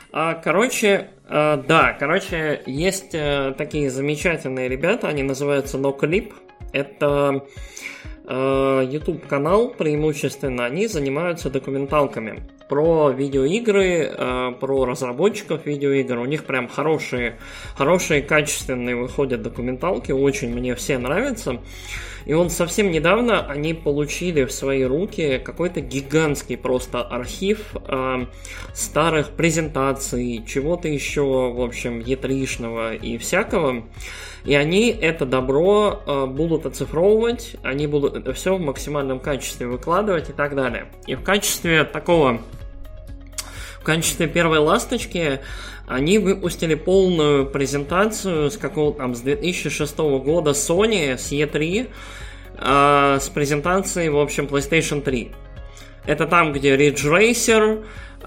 Короче, есть такие замечательные ребята, они называются NoClip. Это YouTube-канал преимущественно, они занимаются документалками про видеоигры, про разработчиков видеоигр. У них прям хорошие, качественные выходят документалки, очень мне все нравятся. И вот совсем недавно они получили в свои руки какой-то гигантский просто архив старых презентаций, чего-то еще, в общем, E3-шного и всякого. И они это добро будут оцифровывать, они будут это все в максимальном качестве выкладывать и так далее. И в качестве первой ласточки они выпустили полную презентацию с 2006 года Sony, с E3, с презентацией, в общем, PlayStation 3. Это там, где Ridge Racer,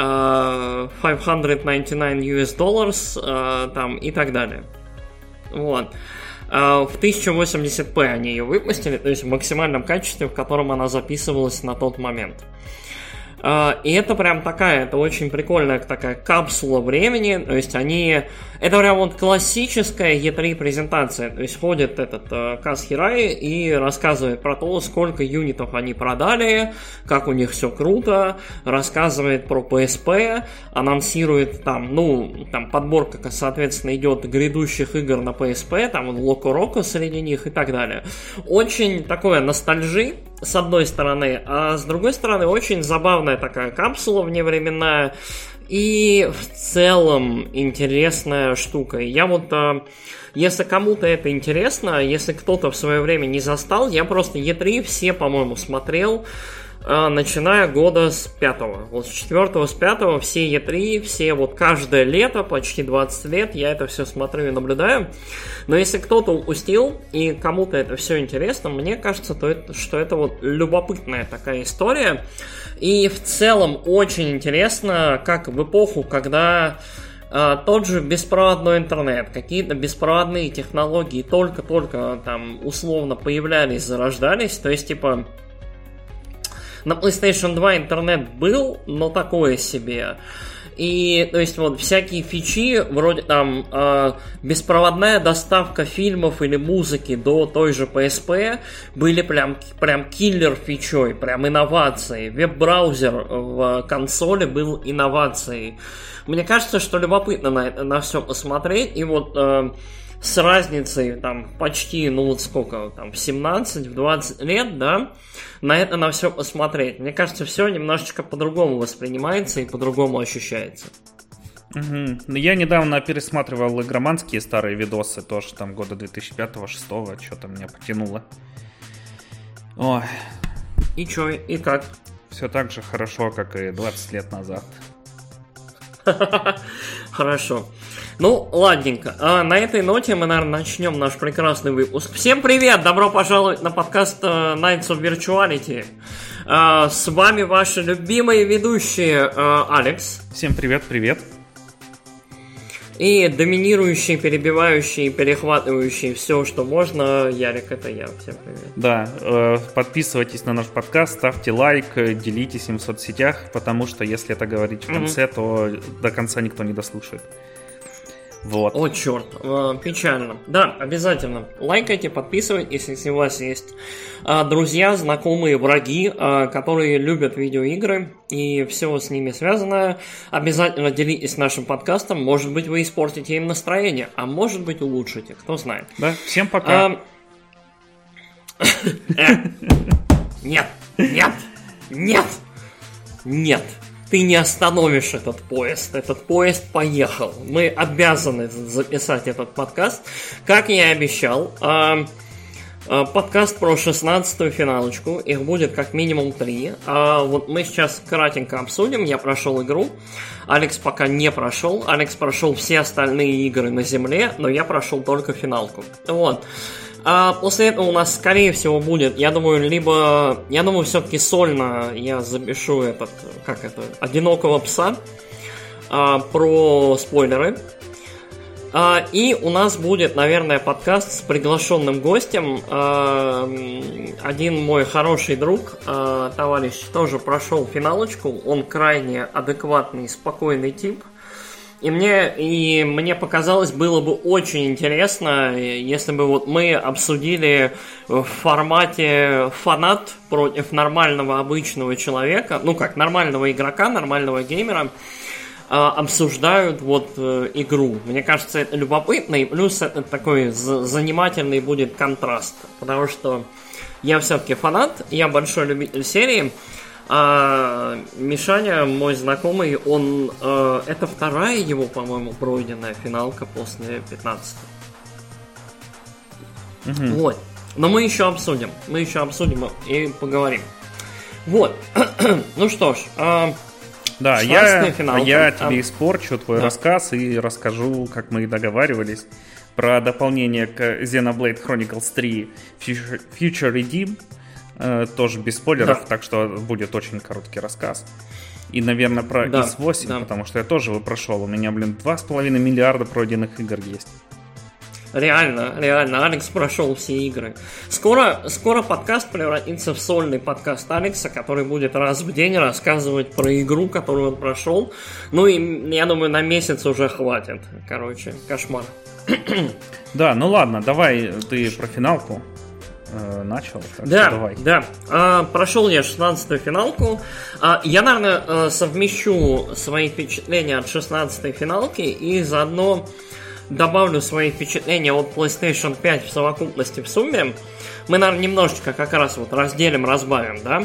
$599 там и так далее. Вот. В 1080p они ее выпустили, то есть в максимальном качестве, в котором она записывалась на тот момент. И это прям это очень прикольная такая капсула времени, то есть это прям вот классическая E3 презентация, то есть ходит этот Каз Хирай и рассказывает про то, сколько юнитов они продали, как у них все круто, рассказывает про PSP, анонсирует там подборка, соответственно, идет грядущих игр на PSP, там Локо Роко среди них и так далее. Очень такое ностальжи, с одной стороны, а с другой стороны очень забавная такая капсула вневременная и в целом интересная штука. Я если кому-то это интересно, если кто-то в свое время не застал, я просто E3 все, по-моему, смотрел, начиная года с 5-го. Вот с 4-го, с 5-го все E3, все каждое лето, почти 20 лет, я это все смотрю и наблюдаю. Но если кто-то упустил и кому-то это все интересно, мне кажется, что это любопытная такая история. И в целом очень интересно, как в эпоху, когда тот же беспроводной интернет, какие-то беспроводные технологии только-только там условно появлялись, зарождались, то есть на PlayStation 2 интернет был, но такое себе. И, то есть, всякие фичи, вроде там беспроводная доставка фильмов или музыки до той же PSP были прям киллер фичой, прям инновацией. Веб-браузер в консоли был инновацией. Мне кажется, что любопытно на все посмотреть, и с разницей почти, в 17-20 лет, да, на все посмотреть. Мне кажется, все немножечко по-другому воспринимается и по-другому ощущается. Угу. Я недавно пересматривал игроманские старые видосы, тоже там года 2005-2006, что-то меня потянуло. Ой. И чё, и как? Все так же хорошо, как и 20 лет назад. Хорошо. Ладненько. На этой ноте мы, наверное, начнем наш прекрасный выпуск. Всем привет! Добро пожаловать на подкаст Nights of Virtuality. С вами ваши любимые ведущие Алекс. Всем привет. И доминирующий, перебивающий, перехватывающий все, что можно, Ярик, это я. Всем привет. Да, подписывайтесь на наш подкаст, ставьте лайк, делитесь им в соцсетях, потому что если это говорить в конце, то до конца никто не дослушает. Вот. О, черт, печально. Да, обязательно лайкайте, подписывайтесь, если у вас есть друзья, знакомые, враги, которые любят видеоигры и все с ними связанное. Обязательно делитесь нашим подкастом. Может быть, вы испортите им настроение, а может быть, улучшите, кто знает. Да, всем пока. Нет. Ты не остановишь этот поезд. Этот поезд поехал. Мы обязаны записать этот подкаст. Как я и обещал, подкаст про 16-ю финалочку. Их будет как минимум 3. Мы сейчас кратенько обсудим. Я прошел игру. Алекс пока не прошел. Алекс прошел все остальные игры на земле, но я прошел только финалку. Вот. После этого у нас, скорее всего, будет, я думаю, все-таки сольно я запишу «Одинокого пса» про спойлеры. И у нас будет, наверное, подкаст с приглашенным гостем. Один мой хороший друг, товарищ, тоже прошел финалочку. Он крайне адекватный, спокойный тип. И мне показалось, было бы очень интересно, если бы вот мы обсудили в формате фанат против нормального обычного человека, ну как, нормального игрока, нормального геймера, обсуждают вот игру. Мне кажется, это любопытно, и плюс это такой занимательный будет контраст, потому что я все-таки фанат, я большой любитель серии, а Мишаня, мой знакомый, он... это вторая его, по-моему, пройденная финалка после 15-й. Вот. Но мы еще обсудим и поговорим. Вот. Ну что ж... Да, я тебе испорчу твой рассказ и расскажу, как мы и договаривались, про дополнение к Xenoblade Chronicles 3 Future Redeem. Тоже без спойлеров, так что будет очень короткий рассказ. И, наверное, про Ys-8, потому что я тоже его прошел. У меня, 2,5 миллиарда пройденных игр есть. Реально, Алекс прошел все игры. Скоро подкаст превратится в сольный подкаст Алекса, который будет раз в день рассказывать про игру, которую он прошел. Ну и, я думаю, на месяц уже хватит. Короче, кошмар. Да, ну ладно, давай ты про финалку начал. Да. Прошел я 16-ю финалку. Я, наверное, совмещу свои впечатления от 16-й финалки и заодно добавлю свои впечатления от PlayStation 5 в совокупности в сумме. Мы, наверное, немножечко как раз вот разделим, разбавим, да?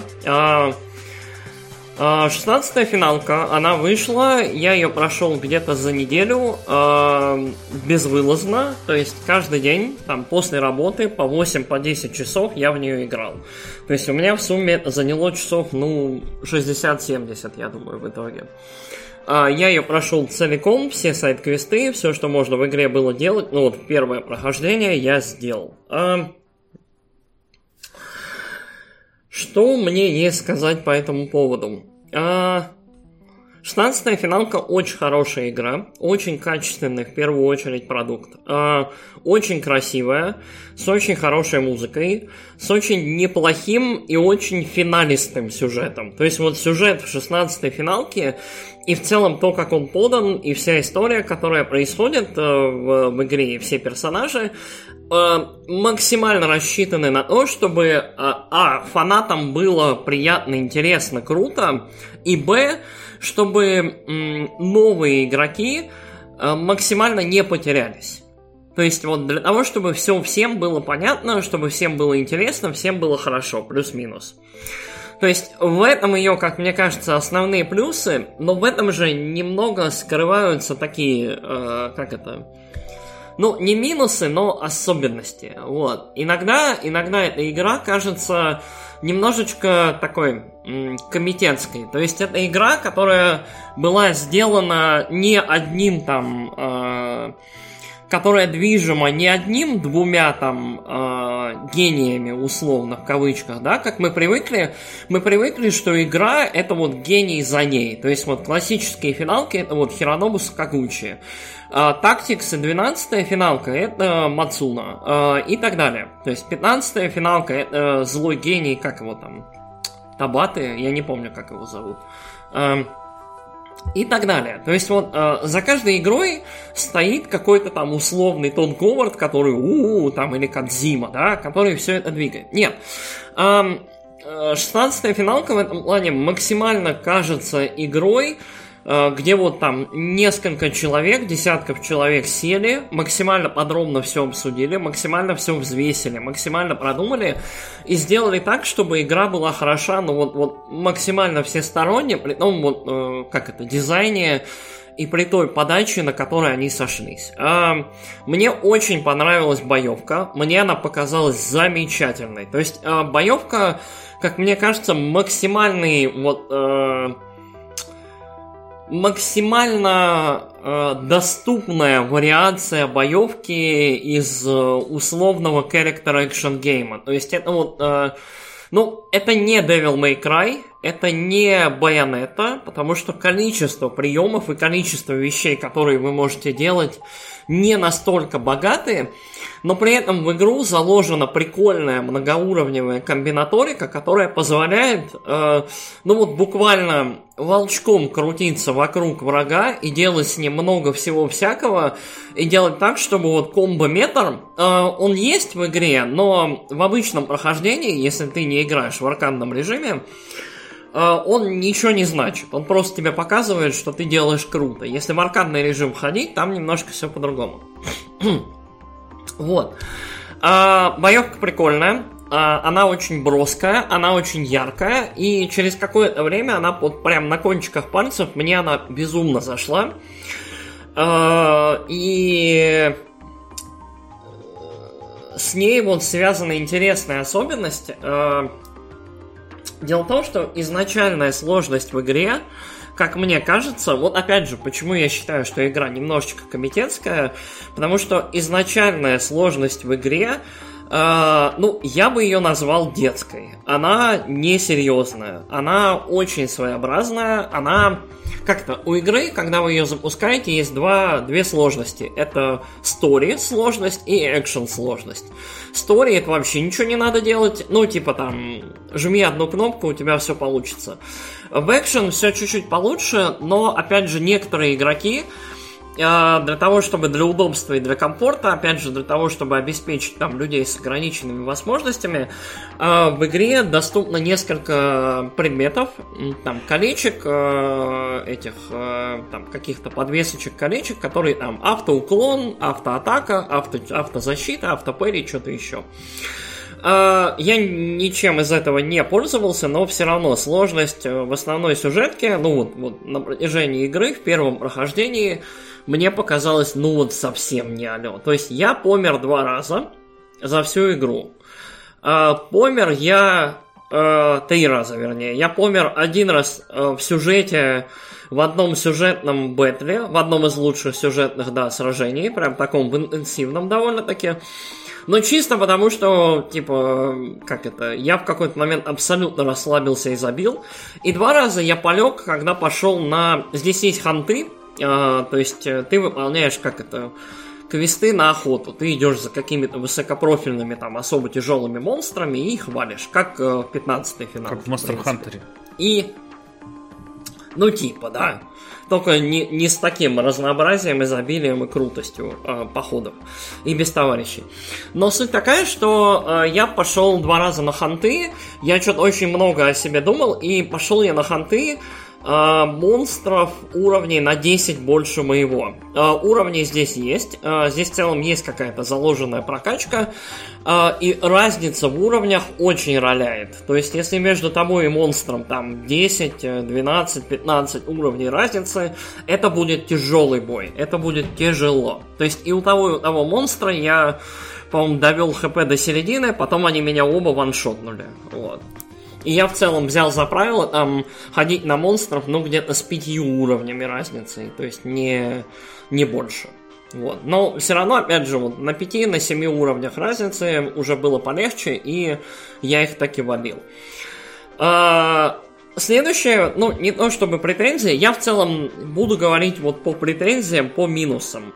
16-я финалка, она вышла, я ее прошел где-то за неделю безвылазно, то есть каждый день, там, после работы, по 8-10 часов я в нее играл. То есть у меня в сумме это заняло часов, 60-70, я думаю, в итоге. Я ее прошел целиком, все сайд-квесты, все, что можно в игре было делать, первое прохождение я сделал. Что мне есть сказать по этому поводу? 16-я финалка очень хорошая игра, очень качественный, в первую очередь, продукт. Очень красивая, с очень хорошей музыкой, с очень неплохим и очень финалистым сюжетом. То есть вот сюжет в 16-й финалке и в целом то, как он подан, и вся история, которая происходит в игре, и все персонажи, максимально рассчитаны на то, чтобы фанатам было приятно, интересно, круто, и чтобы новые игроки максимально не потерялись. То есть вот для того, чтобы всем было понятно, чтобы всем было интересно, всем было хорошо, плюс-минус. То есть в этом ее, как мне кажется, основные плюсы, но в этом же немного скрываются такие, не минусы, но особенности. Вот. Иногда эта игра кажется немножечко такой комитетской. То есть это игра, которая была сделана не одним которая движима не одним-двумя гениями, условно, в кавычках, да, как мы привыкли. Мы привыкли, что игра — это вот гений за ней. То есть вот классические финалки — это вот Хиронобу Сакагучи. Tactics и 12-я финалка — это Мацуна. И так далее. То есть 15-я финалка — это злой гений, как его там, Табаты, я не помню, как его зовут. И так далее. То есть вот за каждой игрой стоит какой-то там условный Том Говард, который или Кодзима, да, который все это двигает. Нет. 16-я финалка в этом плане максимально кажется игрой, где вот там несколько человек, десятков человек сели, максимально подробно все обсудили, максимально все взвесили, максимально продумали и сделали так, чтобы игра была хороша, максимально всесторонне, при том дизайне и при той подаче, на которой они сошлись. Мне очень понравилась боевка, мне она показалась замечательной. То есть боевка, как мне кажется, максимально доступная вариация боевки из условного character action гейма. То есть это это не Devil May Cry, это не Bayonetta, потому что количество приемов и количество вещей, которые вы можете делать, не настолько богатые, но при этом в игру заложена прикольная многоуровневая комбинаторика, которая позволяет, буквально волчком крутиться вокруг врага и делать с ним много всего всякого, и делать так, чтобы вот комбо-метр, он есть в игре, но в обычном прохождении, если ты не играешь в аркадном режиме, он ничего не значит. Он просто тебе показывает, что ты делаешь круто. Если в аркадный режим ходить, там немножко все по-другому. Вот. Боевка прикольная. Она очень броская, она очень яркая. И через какое-то время она вот прям на кончиках пальцев мне она безумно зашла. И с ней вот связана интересная особенность. Дело в том, что изначальная сложность в игре, как мне кажется, вот опять же, почему я считаю, что игра немножечко комитетская, потому что изначальная сложность в игре, я бы ее назвал детской. Она несерьезная, она очень своеобразная, она... Как-то у игры, когда вы ее запускаете, есть две сложности. Это story сложность и action сложность. Story — это вообще ничего не надо делать. Жми одну кнопку, у тебя все получится. В action все чуть-чуть получше, но, опять же, некоторые игроки для того, чтобы для удобства и для комфорта, опять же, для того, чтобы обеспечить там людей с ограниченными возможностями, в игре доступно несколько предметов, там колечек, каких-то подвесочек колечек, которые там автоуклон, автоатака, автозащита, автопэри, что-то еще. Я ничем из этого не пользовался, но все равно сложность в основной сюжетке, на протяжении игры, в первом прохождении, мне показалось, совсем не алё. То есть я помер 2 раза за всю игру. Помер я 3 раза, вернее. Я помер 1 раз в сюжете, в одном сюжетном бэтле, в одном из лучших сюжетных, сражений, прям таком интенсивном довольно-таки. Но чисто потому, что, я в какой-то момент абсолютно расслабился и забил. И 2 раза я полег, когда пошел на... Здесь есть ханты, то есть ты выполняешь, квесты на охоту. Ты идешь за какими-то высокопрофильными, особо тяжелыми монстрами и их валишь, как 15-й финал. Как в Monster Hunter. И... да. Только не с таким разнообразием, изобилием и крутостью походов. И без товарищей. Но суть такая, что я пошел 2 раза на ханты. Я что-то очень много о себе думал. И пошел я на ханты монстров уровней на 10 больше моего. Уровни здесь есть. Здесь в целом есть какая-то заложенная прокачка. И разница в уровнях очень роляет. То есть, если между тобой и монстром там 10, 12, 15 уровней разницы, это будет тяжелый бой. Это будет тяжело. То есть, и у того монстра я, по-моему, довел хп до середины, потом они меня оба ваншотнули. Вот. И я в целом взял за правило ходить на монстров, где-то с 5 уровнями разницы. То есть, не больше. Вот. Но все равно, опять же, на 5-7 уровнях разницы уже было полегче, и я их так и валил. Следующее, не то чтобы претензии, я в целом буду говорить по претензиям, по минусам.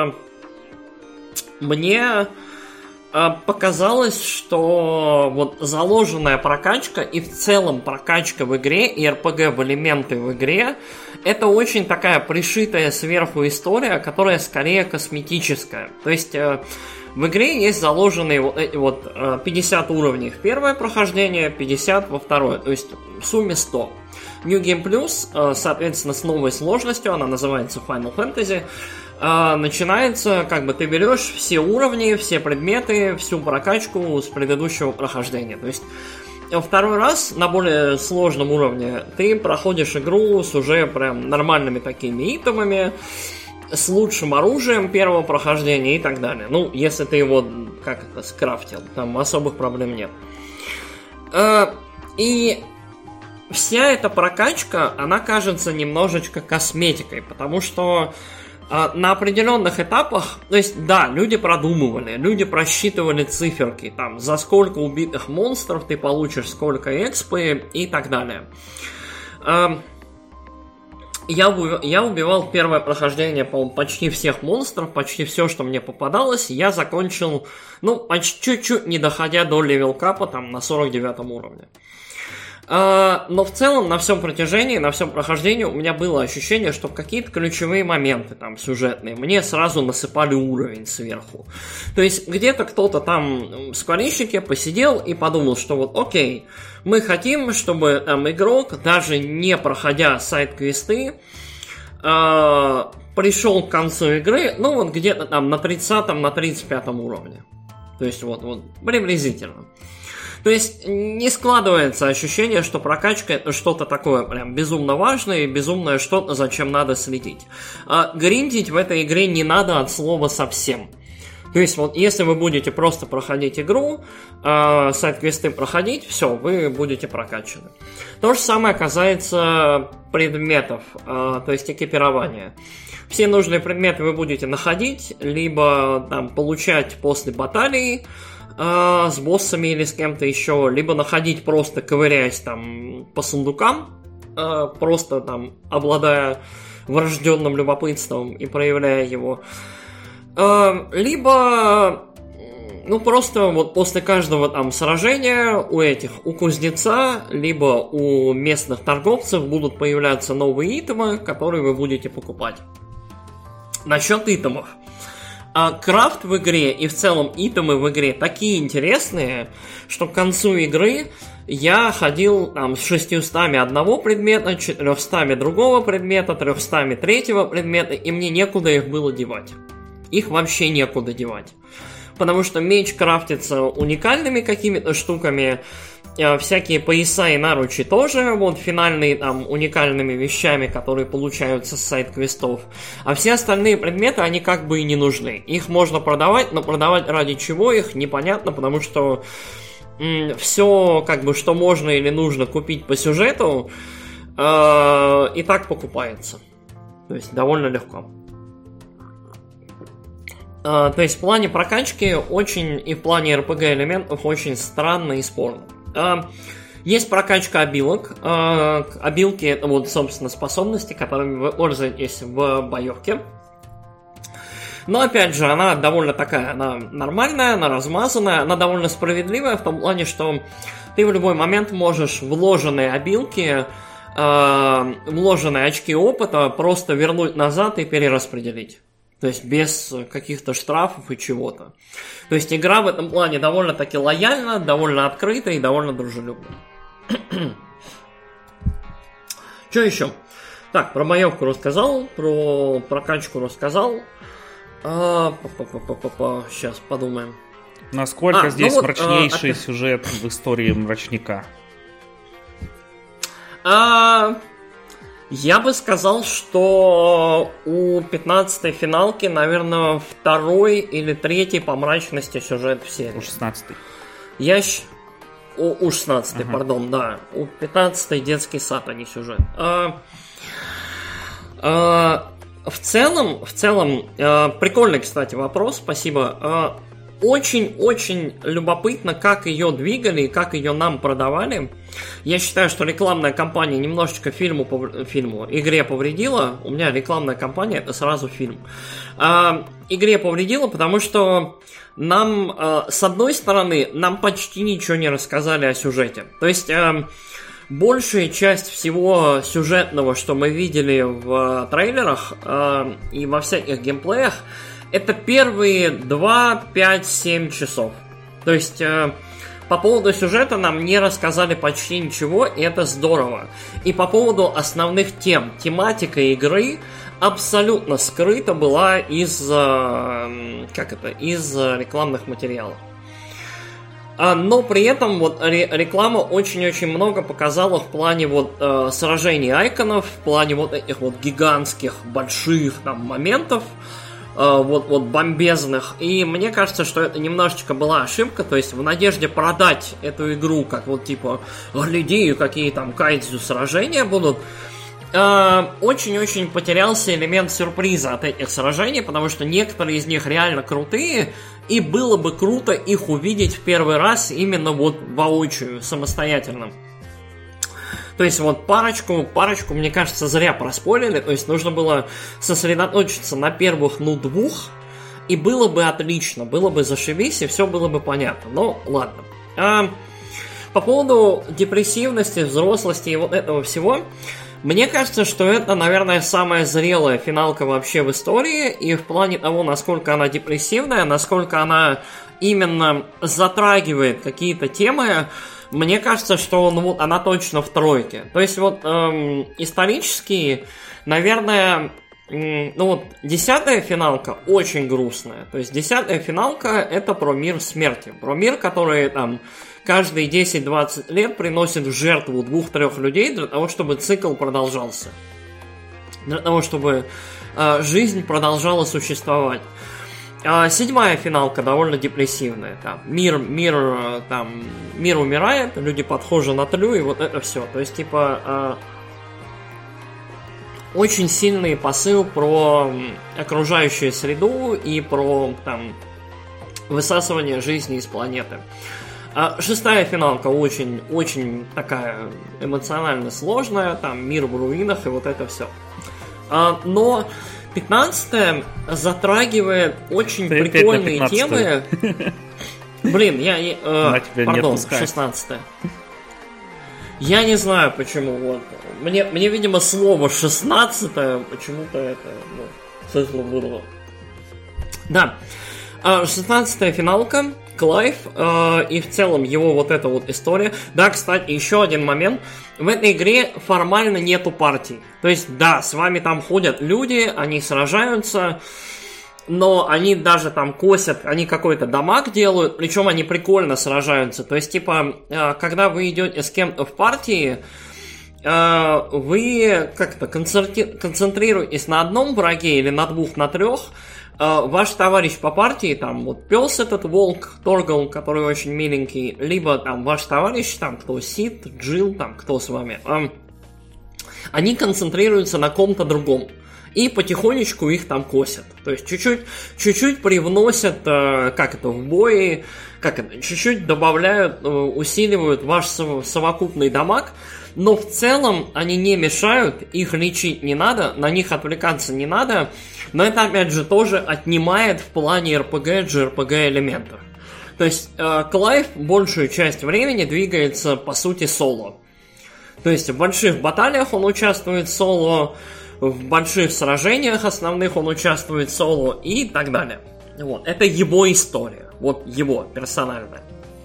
Мне показалось, что заложенная прокачка и в целом прокачка в игре и РПГ в элементы в игре — это очень такая пришитая сверху история, которая скорее косметическая. То есть в игре есть заложенные эти 50 уровней в первое прохождение, 50 во второе, то есть в сумме 100. New Game Plus, соответственно, с новой сложностью, она называется Final Fantasy, начинается, ты берешь все уровни, все предметы, всю прокачку с предыдущего прохождения. То есть второй раз на более сложном уровне ты проходишь игру с уже прям нормальными такими итемами, с лучшим оружием первого прохождения и так далее. Если ты его скрафтил, там особых проблем нет. И вся эта прокачка, она кажется немножечко косметикой, потому что на определенных этапах, то есть, да, люди продумывали, люди просчитывали циферки, там, за сколько убитых монстров ты получишь сколько экспы и так далее. Я убивал первое прохождение, по-моему, почти всех монстров, почти все, что мне попадалось, я закончил, почти чуть-чуть не доходя до левел-капа, там, на 49 уровне. Но в целом на всем протяжении, на всем прохождении у меня было ощущение, что в какие-то ключевые моменты там сюжетные мне сразу насыпали уровень сверху. То есть где-то кто-то там в скворечнике посидел и подумал, что вот окей, мы хотим, чтобы там игрок, даже не проходя сайд-квесты, пришел к концу игры, где-то там на 30-м, на 35-м уровне. То есть вот приблизительно. То есть не складывается ощущение, что прокачка это что-то такое прям безумно важное и безумное что-то, зачем надо следить. Гриндить в этой игре не надо от слова совсем. То есть вот если вы будете просто проходить игру, сайд-квесты проходить, все, вы будете прокачаны. То же самое касается предметов, то есть экипирования. Все нужные предметы вы будете находить, либо там получать после баталии, с боссами или с кем-то еще, либо находить просто ковыряясь там по сундукам, просто там обладая врожденным любопытством и проявляя его, либо просто вот после каждого там сражения у кузнеца, либо у местных торговцев будут появляться новые итемы, которые вы будете покупать. Насчет итемов. Крафт в игре и в целом итемы в игре такие интересные, что к концу игры я ходил там с 600 одного предмета, 400 другого предмета, 300 третьего предмета, и мне некуда их было девать. Их вообще некуда девать. Потому что меч крафтится уникальными какими-то штуками, всякие пояса и наручи тоже, вот финальные там уникальными вещами, которые получаются с сайд-квестов. А все остальные предметы, они как бы и не нужны. Их можно продавать, но продавать ради чего их непонятно, потому что все, как бы, что можно или нужно купить по сюжету, и так покупается. То есть довольно легко. То есть в плане прокачки очень и в плане RPG элементов очень странно и спорно. Есть прокачка обилок. Обилки это вот, собственно, способности, которыми вы пользуетесь в боевке. Но опять же, она довольно такая, она нормальная, она размазанная, она довольно справедливая в том плане, что ты в любой момент можешь вложенные обилки, вложенные очки опыта просто вернуть назад и перераспределить. То есть без каких-то штрафов и чего-то. То есть игра в этом плане довольно-таки лояльна, довольно открыта и довольно дружелюбна. Что еще? Так, про боевку рассказал, про прокачку рассказал. Сейчас подумаем. Насколько здесь мрачнейший сюжет в истории мрачника? Я бы сказал, что у 15-й финалки, наверное, второй или третий по мрачности сюжет в серии. У 16-й. У 16-й, пардон, да. У 15-й детский сад, а не сюжет. В целом, прикольный, кстати, вопрос, спасибо. Очень-очень любопытно, как ее двигали и как ее нам продавали. Я считаю, что рекламная кампания немножечко игре повредила. У меня рекламная кампания это сразу фильм. Игре повредила, потому что нам, с одной стороны, нам почти ничего не рассказали о сюжете. То есть большая часть всего сюжетного, что мы видели в трейлерах и во всяких геймплеях, это первые 2, 5, 7 часов. То есть по поводу сюжета нам не рассказали почти ничего, и это здорово. И по поводу основных тем, тематика игры абсолютно скрыта была из рекламных материалов. Но при этом вот реклама очень-очень много показала в плане вот сражений айконов, в плане вот этих вот гигантских больших там моментов, вот бомбезных. И мне кажется, что это немножечко была ошибка, то есть в надежде продать эту игру как вот типа гляди, какие там кайдзю сражения будут. очень-очень потерялся элемент сюрприза от этих сражений, потому что некоторые из них реально крутые, и было бы круто их увидеть в первый раз именно вот воочию, самостоятельно. То есть вот парочку, мне кажется, зря проспорили, то есть нужно было сосредоточиться на первых, двух, и было бы отлично, было бы зашибись, и все было бы понятно. Но ладно. По поводу депрессивности, взрослости и вот этого всего, мне кажется, что это, наверное, самая зрелая финалка вообще в истории, и в плане того, насколько она депрессивная, насколько она именно затрагивает какие-то темы, мне кажется, что она точно в тройке. То есть вот исторически, наверное, 10-я финалка очень грустная. То есть 10-я финалка это про мир смерти. Про мир, который там каждые 10-20 лет приносит в жертву 2-3 людей для того, чтобы цикл продолжался. Для того, чтобы жизнь продолжала существовать. 7-я финалка довольно депрессивная. Там, мир умирает, люди подхожи на тлю, и вот это все. То есть, типа, очень сильный посыл про окружающую среду и про там, высасывание жизни из планеты. 6-я финалка очень такая эмоционально сложная, там мир в руинах и вот это все. Но 15-я затрагивает очень прикольные темы. Блин, пардон, 16-я. Я не знаю почему. Вот. Мне, видимо, слово 16-е почему-то это светло вырвало. Да. 16-я финалка. Клайв и в целом его вот эта вот история. Да, кстати, еще один момент. В этой игре формально нету партий. То есть, да, с вами там ходят люди, они сражаются, но они даже там косят, они какой-то дамаг делают, причем они прикольно сражаются. То есть, типа, когда вы идете с кем-то в партии, вы как-то концентрируетесь на одном враге или на 2, на 3. Ваш товарищ по партии, там, вот пес этот, волк, Торгал, который очень миленький, либо там ваш товарищ, там, кто Сид, Джилл, там, кто с вами, они концентрируются на ком-то другом. И потихонечку их там косят. То есть чуть-чуть привносят, в бои, чуть-чуть добавляют, усиливают ваш совокупный дамаг. Но в целом они не мешают, их лечить не надо, на них отвлекаться не надо. Но это, опять же, тоже отнимает в плане RPG, JRPG элементов. То есть Клайв большую часть времени двигается, по сути, соло. То есть в больших баталиях он участвует соло, в больших сражениях основных он участвует соло и так далее. Вот. Это его история. Вот его, персональная.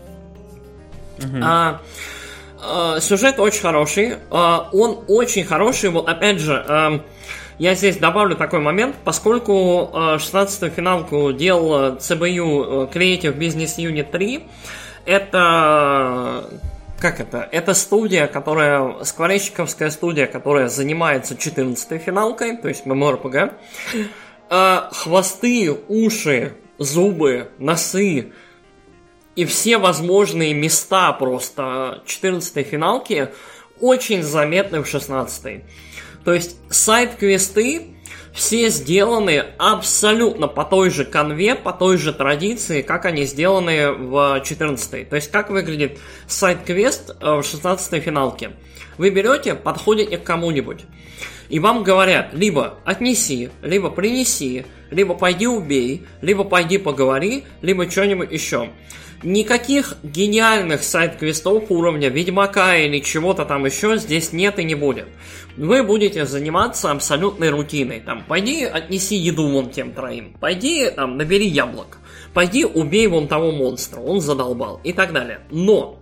Сюжет очень хороший. Он очень хороший. Вот опять же, я здесь добавлю такой момент, поскольку 16-ю финалку делала CBU Creative Business Unit 3. Это студия, скворечниковская студия, которая занимается 14-й финалкой, то есть MMORPG. Хвосты, уши, зубы, носы и все возможные места просто 14-й финалки очень заметны в 16-й. То есть сайд-квесты все сделаны абсолютно по той же канве, по той же традиции, как они сделаны в 14-й. То есть как выглядит сайд-квест в 16-й финалке. Вы берете, подходите к кому-нибудь, и вам говорят, либо отнеси, либо принеси, либо пойди убей, либо пойди поговори, либо что-нибудь еще. Никаких гениальных сайд-квестов уровня Ведьмака или чего-то там еще здесь нет и не будет. Вы будете заниматься абсолютной рутиной. Там, пойди отнеси еду вон тем 3. Пойди там, набери яблок. Пойди убей вон того монстра, он задолбал. И так далее. Но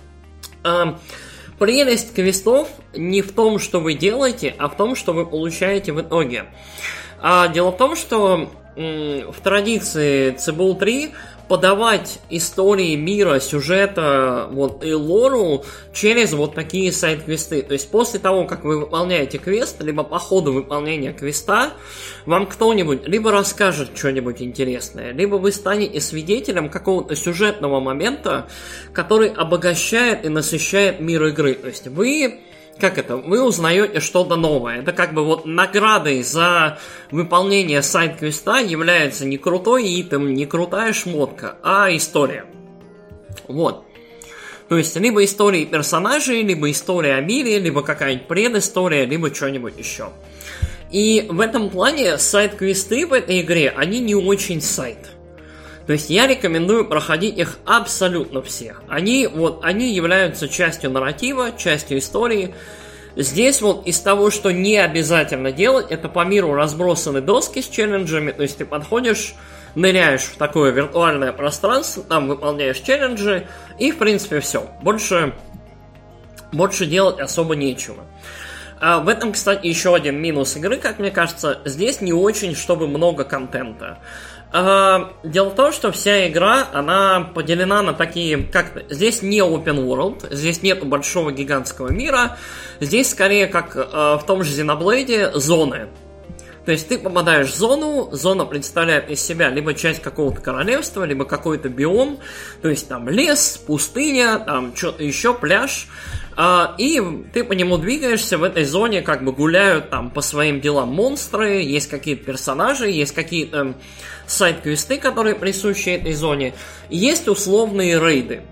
прелесть квестов не в том, что вы делаете, а в том, что вы получаете в итоге. Дело в том, что в традиции CBU 3 подавать истории мира, сюжета и лору через вот такие сайд-квесты. То есть после того, как вы выполняете квест, либо по ходу выполнения квеста, вам кто-нибудь либо расскажет что-нибудь интересное, либо вы станете свидетелем какого-то сюжетного момента, который обогащает и насыщает мир игры. То есть вы вы узнаете что-то новое. Это как бы вот наградой за выполнение сайд-квеста является не крутой итем, не крутая шмотка, а история. Вот. То есть, либо истории персонажей, либо история о мире, либо какая-нибудь предыстория, либо что-нибудь еще. И в этом плане сайд-квесты в этой игре, они не очень сайд. То есть я рекомендую проходить их абсолютно все. Они являются частью нарратива, частью истории. Здесь вот из того, что не обязательно делать, это по миру разбросаны доски с челленджами. То есть ты подходишь, ныряешь в такое виртуальное пространство, там выполняешь челленджи, и в принципе все. Больше делать особо нечего. В этом, кстати, еще один минус игры, как мне кажется. Здесь не очень, чтобы много контента. Дело в том, что вся игра, она поделена на такие, здесь не open world, здесь нету большого гигантского мира, здесь скорее, как в том же Xenoblade, зоны. То есть ты попадаешь в зону, зона представляет из себя либо часть какого-то королевства, либо какой-то биом, то есть там лес, пустыня, там что-то еще, пляж, и ты по нему двигаешься, в этой зоне как бы гуляют там по своим делам монстры, есть какие-то персонажи, есть какие-то сайд-квесты, которые присущи этой зоне, и есть условные рейды.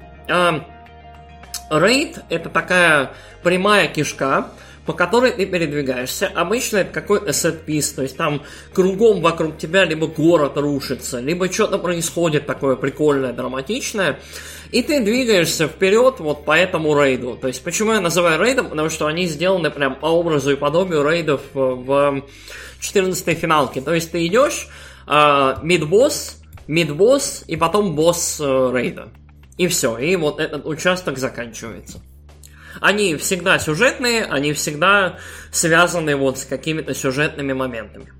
Рейд — это такая прямая кишка, по которой ты передвигаешься. Обычно это какой-то сет-пис, то есть там кругом вокруг тебя либо город рушится, либо что-то происходит такое прикольное, драматичное, и ты двигаешься вперед вот по этому рейду. То есть почему я называю рейдом? Потому что они сделаны прям по образу и подобию рейдов в 14-й финалке. То есть ты идешь, мид-босс и потом босс рейда. И все, и вот этот участок заканчивается. Они всегда сюжетные, они всегда связаны вот с какими-то сюжетными моментами.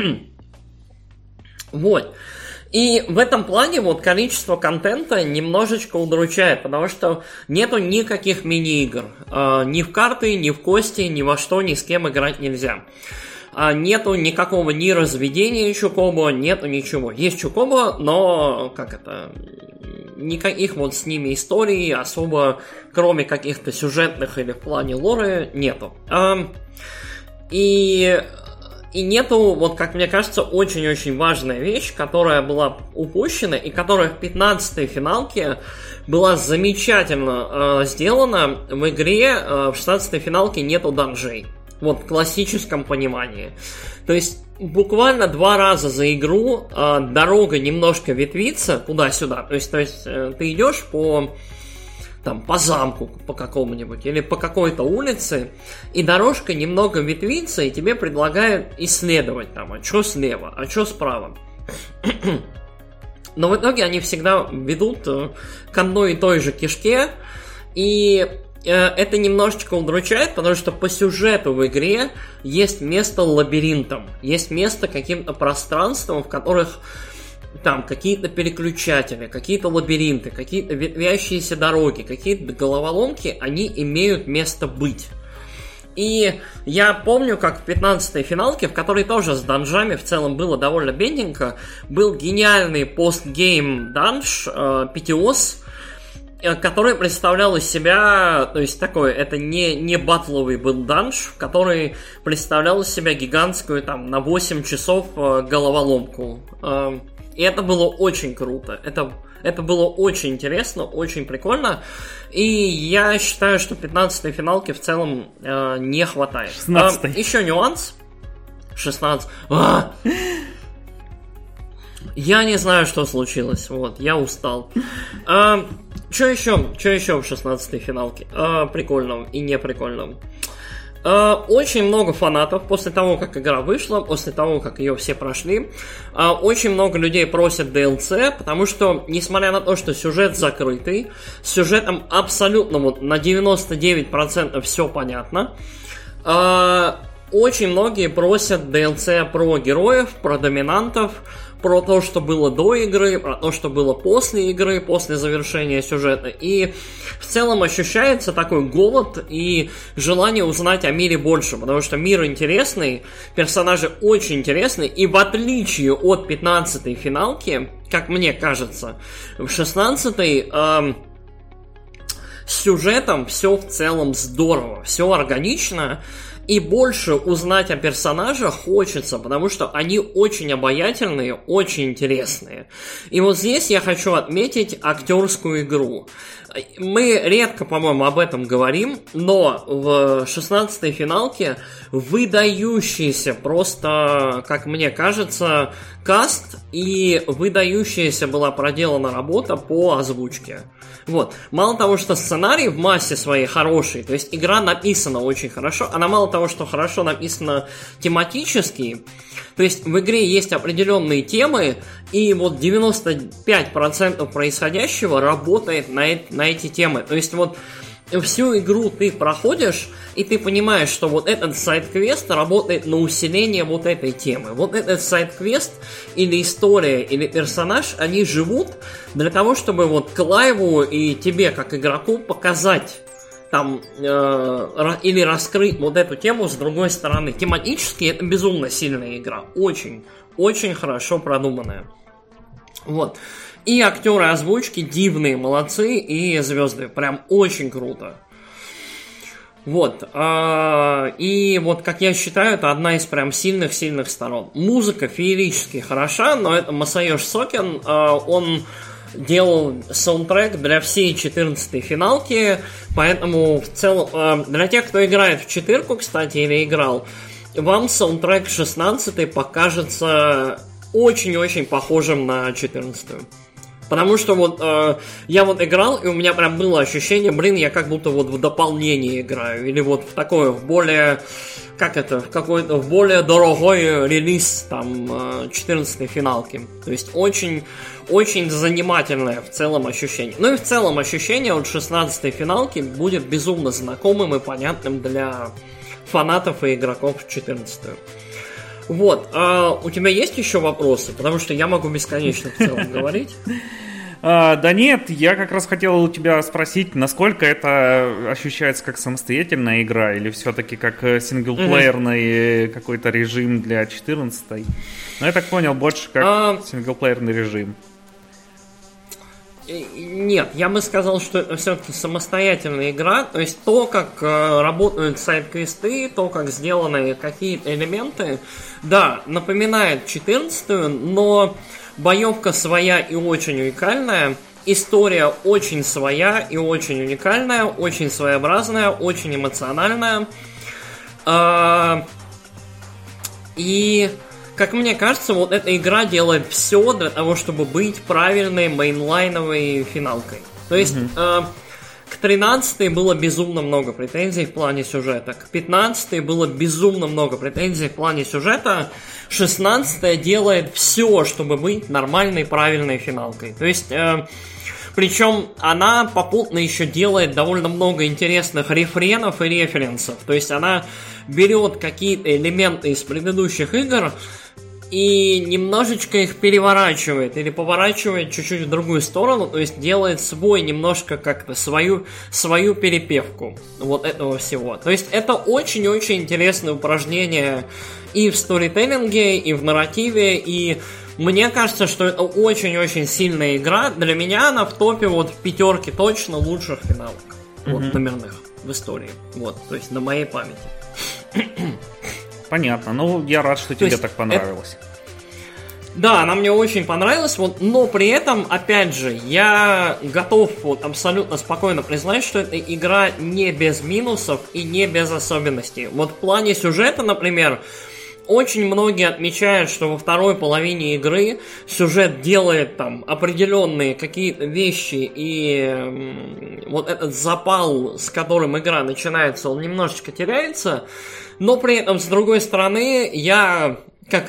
Вот. И в этом плане вот количество контента немножечко удручает, потому что нету никаких мини-игр. Ни в карты, ни в кости, ни во что, ни с кем играть нельзя. Нету никакого ни разведения Чокобо, нету ничего. Есть Чокобо, но никаких вот с ними историй особо, кроме каких-то сюжетных или в плане лоры, нету. И нету, вот как мне кажется, очень-очень важная вещь, которая была упущена и которая в 15-й финалке была замечательно сделана. В игре в 16-й финалке нету данжей. Вот в классическом понимании. То есть буквально 2 раза за игру дорога немножко ветвится туда-сюда. То есть ты идешь по замку по какому-нибудь или по какой-то улице, и дорожка немного ветвится, и тебе предлагают исследовать там, а что слева, а что справа. Но в итоге они всегда ведут к одной и той же кишке, и это немножечко удручает, потому что по сюжету в игре есть место лабиринтам, есть место каким-то пространствам, в которых там какие-то переключатели, какие-то лабиринты, какие-то ветвящиеся дороги, какие-то головоломки, они имеют место быть. И я помню, как в 15-й финалке, в которой тоже с данжами в целом было довольно бедненько, был гениальный постгейм данж Питиос, который представлял из себя, то есть такой, это не батловый был данж, который представлял из себя гигантскую там на 8 часов головоломку. И это было очень круто, это было очень интересно, очень прикольно, и я считаю, что 15-й финалки в целом не хватает. 16-й. Еще нюанс. 16. Я не знаю, что случилось, вот, я устал. Что еще в 16-й финалке? Прикольного и неприкольного. Очень много фанатов после того, как игра вышла, после того, как ее все прошли. Очень много людей просят DLC, потому что, несмотря на то, что сюжет закрытый, с сюжетом абсолютно вот на 99% все понятно, очень многие просят DLC про героев, про доминантов, про то, что было до игры, про то, что было после игры, после завершения сюжета. И в целом ощущается такой голод и желание узнать о мире больше, потому что мир интересный, персонажи очень интересные, и в отличие от 15-й финалки, как мне кажется, в 16-й С сюжетом все в целом здорово, все органично, и больше узнать о персонажах хочется, потому что они очень обаятельные, очень интересные. И вот здесь я хочу отметить актерскую игру. Мы редко, по-моему, об этом говорим, но в 16-й финалке выдающийся просто, как мне кажется, каст и выдающаяся была проделана работа по озвучке. Вот. Мало того, что сценарий в массе своей хороший, то есть игра написана очень хорошо, она мало того, что хорошо написана тематически, то есть в игре есть определенные темы, и вот 95% происходящего работает на эти темы. То есть вот всю игру ты проходишь, и ты понимаешь, что вот этот сайд-квест работает на усиление вот этой темы. Вот этот сайд-квест или история, или персонаж, они живут для того, чтобы вот Клайву и тебе, как игроку, показать там или раскрыть вот эту тему с другой стороны. Тематически это безумно сильная игра. Очень, очень хорошо продуманная. Вот. И актеры озвучки дивные, молодцы, и звезды. Прям очень круто. Вот. И вот, как я считаю, это одна из прям сильных-сильных сторон. Музыка феерически хороша, но это Масаёши Сокен. Он делал саундтрек для всей 14-й финалки, поэтому в целом, для тех, кто играет в четырку, кстати, или играл, вам саундтрек 16-й покажется очень-очень похожим на 14-ю. Потому что вот я вот играл, и у меня прям было ощущение, я как будто вот в дополнение играю. Или вот в такое, в более, в более дорогой релиз там 14-й финалки. То есть очень, очень занимательное в целом ощущение. Ну и в целом ощущение от 16-й финалки будет безумно знакомым и понятным для фанатов и игроков в 14-ю. Вот, у тебя есть еще вопросы? Потому что я могу бесконечно в целом говорить. Да нет, я как раз хотел у тебя спросить, насколько это ощущается как самостоятельная игра или все-таки как синглплеерный какой-то режим для 14-й. Но я так понял, больше как синглплеерный режим. Нет, я бы сказал, что это все-таки самостоятельная игра. То есть то, как работают сайд-квесты, то, как сделаны какие-то элементы, да, напоминает 14-ю, но боевка своя и очень уникальная. История очень своя и очень уникальная, очень своеобразная, очень эмоциональная. И... как мне кажется, вот эта игра делает все для того, чтобы быть правильной мейнлайновой финалкой. То есть к 13-й было безумно много претензий в плане сюжета, к 15-й было безумно много претензий в плане сюжета, 16-я делает все, чтобы быть нормальной, правильной финалкой. То есть... причем она попутно еще делает довольно много интересных рефренов и референсов. То есть она берет какие-то элементы из предыдущих игр и немножечко их переворачивает или поворачивает чуть-чуть в другую сторону, то есть делает свой немножко как-то свою перепевку вот этого всего. То есть это очень-очень интересное упражнение и в сторителлинге, и в нарративе, и мне кажется, что это очень-очень сильная игра. Для меня она в топе вот в пятерке точно лучших финалок вот, номерных в истории. Вот, то есть на моей памяти. Понятно. Ну, я рад, что тебе так понравилось. Да, она мне очень понравилась, вот, но при этом, опять же, я готов вот абсолютно спокойно признать, что эта игра не без минусов и не без особенностей. Вот в плане сюжета, например, очень многие отмечают, что во второй половине игры сюжет делает там определенные какие-то вещи, и вот этот запал, с которым игра начинается, он немножечко теряется, но при этом, с другой стороны, я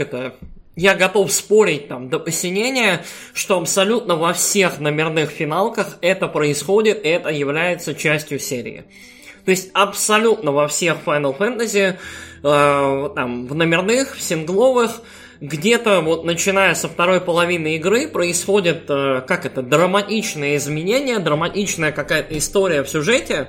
готов спорить там до посинения, что абсолютно во всех номерных финалках это происходит, и это является частью серии. То есть абсолютно во всех Final Fantasy, там, в номерных, в сингловых, где-то вот начиная со второй половины игры происходит, драматичные изменения, драматичная какая-то история в сюжете,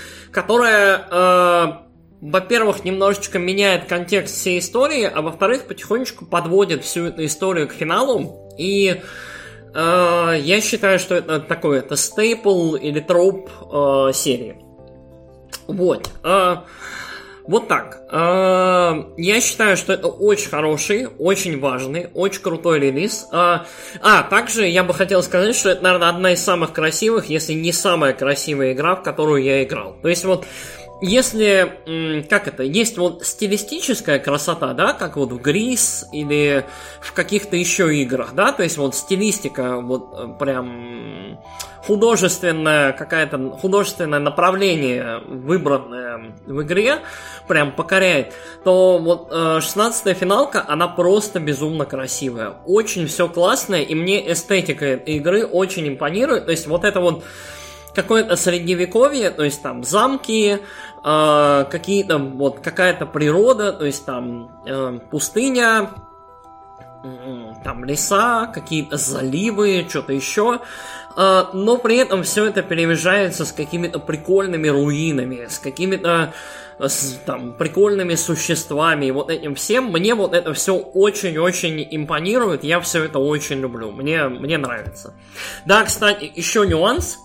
которая... во-первых, немножечко меняет контекст всей истории, а во-вторых, потихонечку подводит всю эту историю к финалу. И я считаю, что это такой, это стейпл или троп серии. Вот. Вот так. Я считаю, что это очень хороший, очень важный, очень крутой релиз. Также я бы хотел сказать, что это, наверное, одна из самых красивых, если не самая красивая игра, в которую я играл. То есть вот, если, есть вот стилистическая красота, да, как вот в Gris или в каких-то еще играх, да, то есть вот стилистика, вот прям художественное направление, выбранное в игре, прям покоряет, то вот 16-я финалка, она просто безумно красивая. Очень все классное, и мне эстетика этой игры очень импонирует. То есть вот это вот какое-то средневековье, то есть там замки, какие-то вот какая-то природа, то есть там пустыня, там леса, какие-то заливы, что-то еще, но при этом все это перемежается с какими-то прикольными руинами, с какими-то там прикольными существами, и вот этим всем. Мне вот это все очень-очень импонирует, я все это очень люблю, мне нравится. Да, кстати, еще нюанс.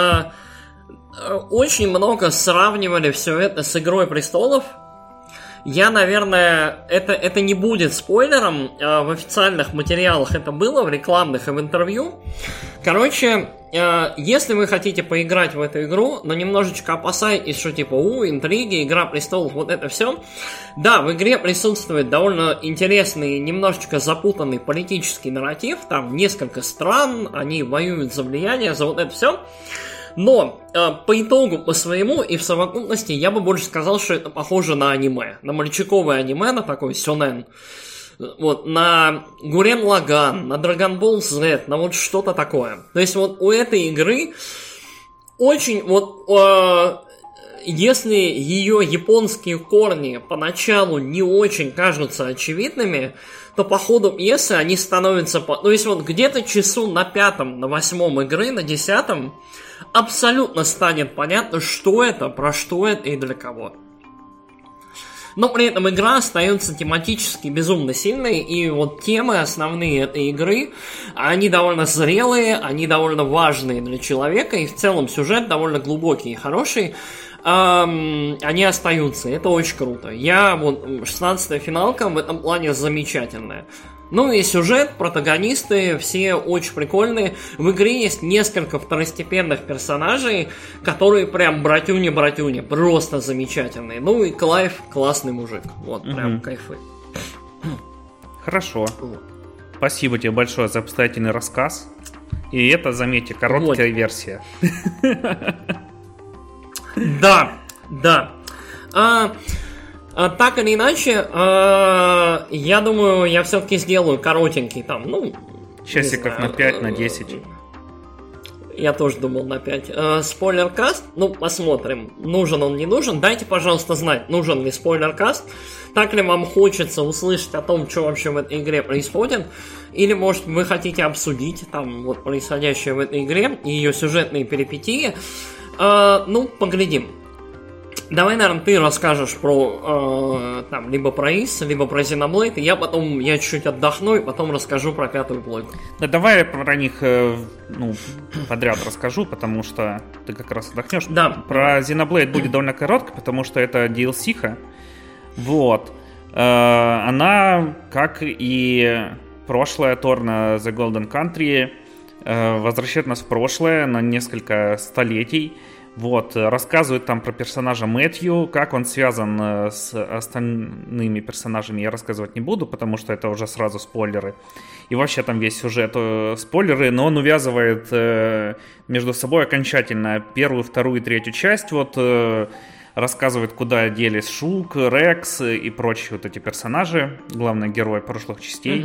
Очень много сравнивали все это с «Игрой престолов». Я, наверное, это не будет спойлером, в официальных материалах это было, в рекламных и в интервью. Короче, если вы хотите поиграть в эту игру, но немножечко опасаетесь, что типа, интриги, «Игра престолов», вот это все. Да, в игре присутствует довольно интересный, немножечко запутанный политический нарратив, там несколько стран, они воюют за влияние, за вот это все. Но по итогу, по своему и в совокупности я бы больше сказал, что это похоже на аниме. На мальчиковое аниме, на такой сёнэн. Вот, на Гуррен Лаганн, на Dragon Ball Z, на вот что-то такое. То есть вот у этой игры очень вот... если ее японские корни поначалу не очень кажутся очевидными, то по ходу пьесы они становятся... То есть вот где-то часу на 5-м, на 8-м игры, на 10-м абсолютно станет понятно, что это, про что это и для кого. Но при этом игра остается тематически безумно сильной, и вот темы основные этой игры, они довольно зрелые, они довольно важные для человека, и в целом сюжет довольно глубокий и хороший. Они остаются, это очень круто. 16-я финалка в этом плане замечательная. Ну и сюжет, протагонисты, все очень прикольные. В игре есть несколько второстепенных персонажей, которые прям братюни-братюни, просто замечательные. Ну и Клайв классный мужик, вот, прям кайфы. Хорошо. Спасибо тебе большое за обстоятельный рассказ. И это, заметьте, короткая версия. Да. Так или иначе, я думаю, я все-таки сделаю коротенький там, часиков на 5, на 10. Я тоже думал на 5. Спойлер-каст, посмотрим, нужен он, не нужен. Дайте, пожалуйста, знать, нужен ли спойлер-каст. Так ли вам хочется услышать о том, что вообще в этой игре происходит. Или, может, вы хотите обсудить там вот происходящее в этой игре и ее сюжетные перипетии. Поглядим. Давай, наверное, ты расскажешь про либо про ИС, либо про Xenoblade, и я чуть-чуть отдохну, и потом расскажу про 5-ю плойку. Да, давай я про них подряд расскажу, потому что ты как раз отдохнешь. Да. Про Xenoblade будет довольно коротко, потому что это DLC-ха. Вот. Она, как и прошлая Torna The Golden Country, возвращает нас в прошлое на несколько столетий. Вот, рассказывает там про персонажа Мэтью, как он связан с остальными персонажами, я рассказывать не буду, потому что это уже сразу спойлеры. И вообще там весь сюжет спойлеры, но он увязывает между собой окончательно первую, вторую и третью часть. Вот рассказывает, куда делись Шулк, Рекс и прочие вот эти персонажи, главные герои прошлых частей.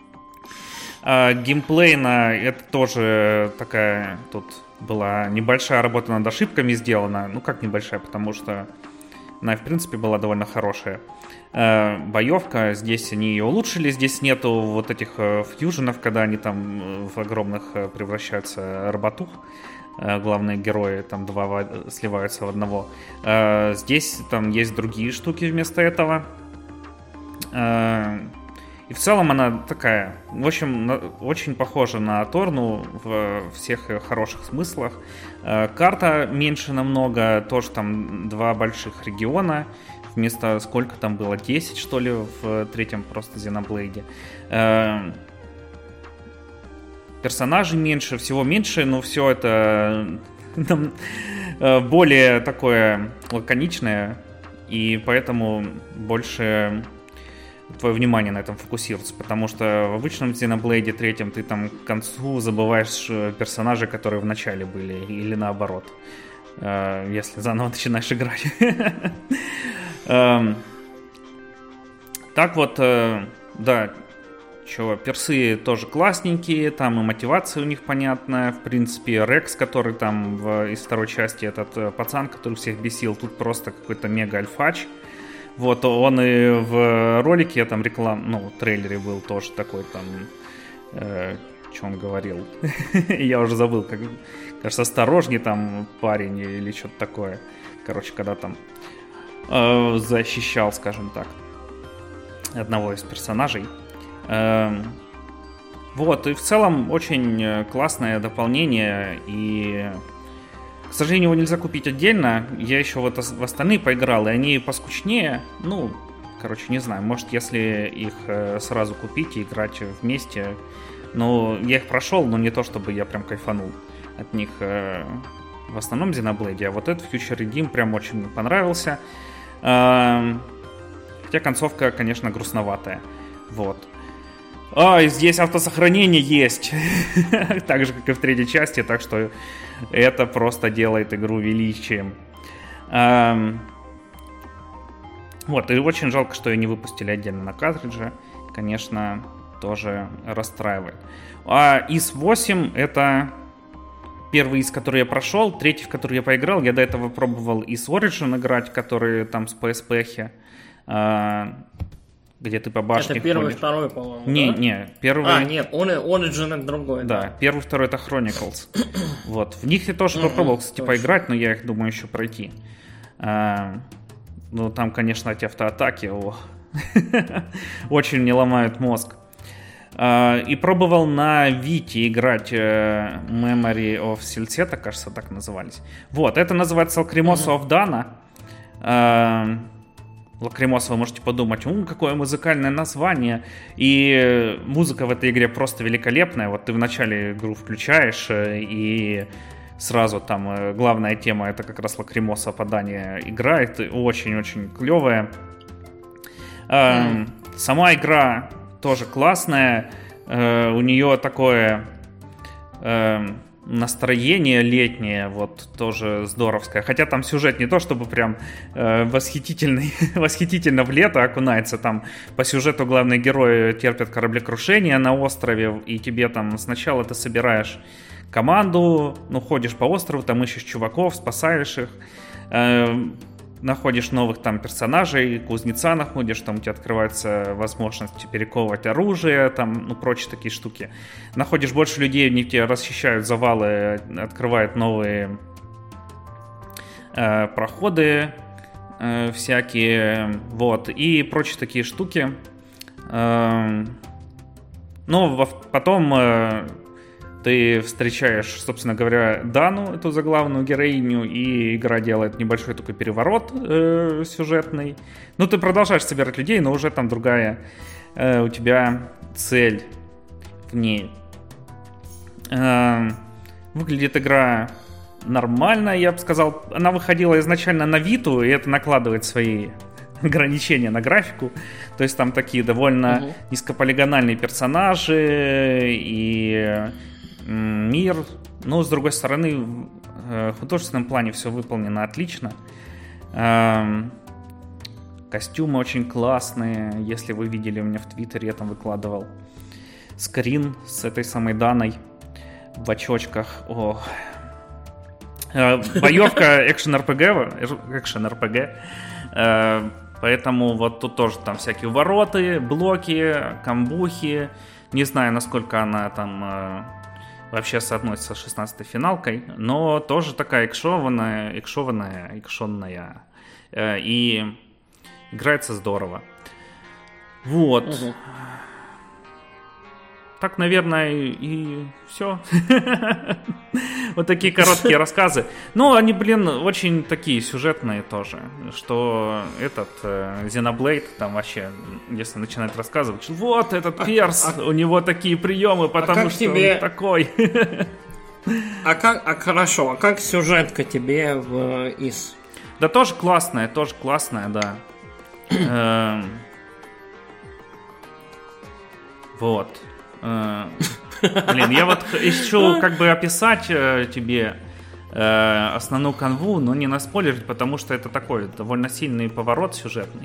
Геймплейно это тоже такая тут была небольшая работа над ошибками сделана. Ну как небольшая, потому что она в принципе была довольно хорошая. Боевка, здесь они ее улучшили, здесь нету вот этих фьюженов, когда они там в огромных превращаются роботух. Главные герои, там два сливаются в одного. Здесь там есть другие штуки вместо этого. И в целом она такая, в общем, очень похожа на Аторну в всех хороших смыслах. Карта меньше намного, тоже там 2 больших региона. Вместо сколько там было, 10 что ли в третьем просто Xenoblade. Персонажей меньше, всего меньше, но все это более такое лаконичное. И поэтому больше твое внимание на этом фокусируется, потому что в обычном Xenoblade 3 ты там к концу забываешь персонажей, которые в начале были, или наоборот, если заново начинаешь играть. Так вот, да, персы тоже классненькие, там и мотивация у них понятная, в принципе, Рекс, который там из второй части, этот пацан, который всех бесил, тут просто какой-то мега-альфач. Вот, он и в ролике, там трейлере был тоже такой там, что он говорил, я уже забыл, кажется, осторожней там парень или что-то такое, короче, когда там защищал, скажем так, одного из персонажей. Вот, и в целом очень классное дополнение, и, к сожалению, его нельзя купить отдельно. Я еще в остальные поиграл, и они поскучнее. Ну, короче, не знаю, может, если их сразу купить и играть вместе. Но я их прошел, но не то, чтобы я прям кайфанул от них в основном Xenoblade. А вот этот Future Redeem прям очень мне понравился. Хотя концовка, конечно, грустноватая. Вот. И здесь автосохранение есть. Так же, как и в третьей части. Так что это просто делает игру величием. Вот. И очень жалко, что ее не выпустили отдельно на картридже. Конечно, тоже расстраивает. ИС 8 это первый ИС, который я прошел. Третий, в который я поиграл. Я до этого пробовал ИС Origin играть, который там с PSP-хи. Где ты по башне это первый, ходишь. Второй, по-моему, Не, первый... нет, Origin это другой. Да, первый, второй это Chronicles. Вот, в них я тоже попробовал, кстати, поиграть, но я их думаю еще пройти. Ну, там, конечно, эти автоатаки, очень мне ломают мозг. И пробовал на Вите играть Memory of Silseta, кажется, так назывались. Вот, это называется Lacrimosa of Dana. Лакримоса, вы можете подумать, какое музыкальное название. И музыка в этой игре просто великолепная. Вот ты в начале игру включаешь, и сразу там главная тема это как раз Лакримоса попадания играет. Очень-очень клевая. Сама игра тоже классная. У нее такое настроение летнее, вот, тоже здоровское. Хотя там сюжет не то, чтобы прям восхитительно в лето окунается. Там по сюжету главные герои терпят кораблекрушение на острове, и тебе там сначала ты собираешь команду, ходишь по острову, там ищешь чуваков, спасаешь их, находишь новых там персонажей, кузнеца находишь, там у тебя открывается возможность перековывать оружие, там, прочие такие штуки. Находишь больше людей, они тебе расчищают завалы, открывают новые проходы всякие, вот, и прочие такие штуки. Потом ты встречаешь, собственно говоря, Дану, эту заглавную героиню, и игра делает небольшой такой переворот сюжетный. Ты продолжаешь собирать людей, но уже там другая у тебя цель в ней. Выглядит игра нормально, я бы сказал. Она выходила изначально на Виту, и это накладывает свои ограничения на графику. То есть там такие довольно низкополигональные персонажи и мир. Но, с другой стороны, в художественном плане все выполнено отлично. Костюмы очень классные. Если вы видели у меня в Твиттере, я там выкладывал скрин с этой самой Даной в очочках. Боевка экшен-РПГ. Поэтому вот тут тоже там всякие вороты, блоки, камбухи. Не знаю, насколько она там вообще соотносится с 16-й финалкой, но тоже такая экшонная, и играется здорово. Вот. так, наверное, и все. Вот такие короткие рассказы. Ну, они, блин, очень такие сюжетные тоже. Что этот Xenoblade, там вообще, если начинает рассказывать, вот этот перс, у него такие приемы, потому что он такой. Хорошо, а как сюжетка тебе в ИС? Да тоже классная, да. Вот. Блин, я вот ищу как бы описать тебе основную канву, но не наспойлерить, потому что это такой довольно сильный поворот сюжетный.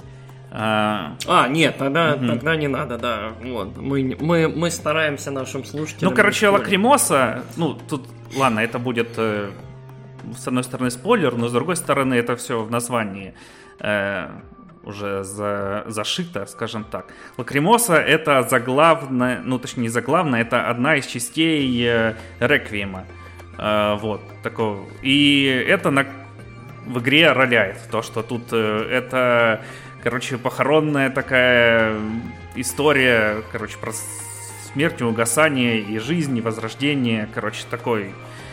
Нет, тогда не надо, да. Вот. Мы стараемся нашим слушателям... Ну, короче, Лакримоса, ну, тут, ладно, это будет с одной стороны спойлер, но с другой стороны это все в названии уже зашито, скажем так. Лакримоса — это заглавная, ну, точнее, не заглавная, это одна из частей Реквиема. Вот, такого. И это в игре роляет. То, что тут это, короче, похоронная такая история, короче, про смерть, угасание и жизнь, и возрождение. Короче, такой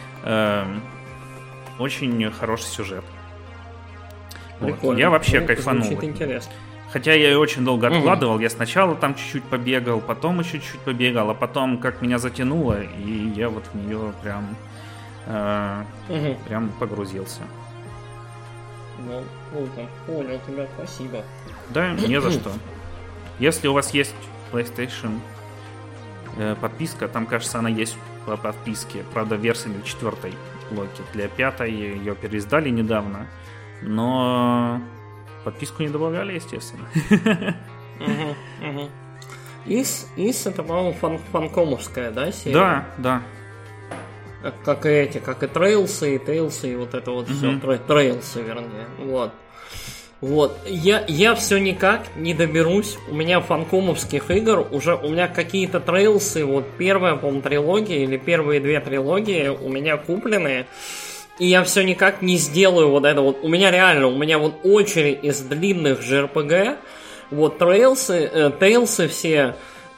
очень хороший сюжет. Вот. Я вообще кайфанул. Хотя я ее очень долго откладывал. Я сначала там чуть-чуть побегал, потом еще чуть-чуть побегал, а потом как меня затянуло, и я вот в нее прям погрузился. Ну, круто. Понял тебя, спасибо. Да, не за что. Если у вас есть PlayStation подписка, там, кажется, она есть по подписке. Правда, версия для 4-й Локи. Для 5-й ее переиздали недавно. Но подписку не добавляли, естественно. ИС это, по-моему, фанкомовская, да, серия? Да. Как и Трейлсы, и Тейлсы, и вот это вот все. Трейлсы, вернее. Вот. Я все никак не доберусь. У меня фанкомовских игр уже... У меня какие-то Трейлсы, вот первая, по-моему, трилогия, или первые 2 трилогии у меня куплены. И я все никак не сделаю вот это вот. У меня вот очередь из длинных JRPG. Вот Тейлсы все...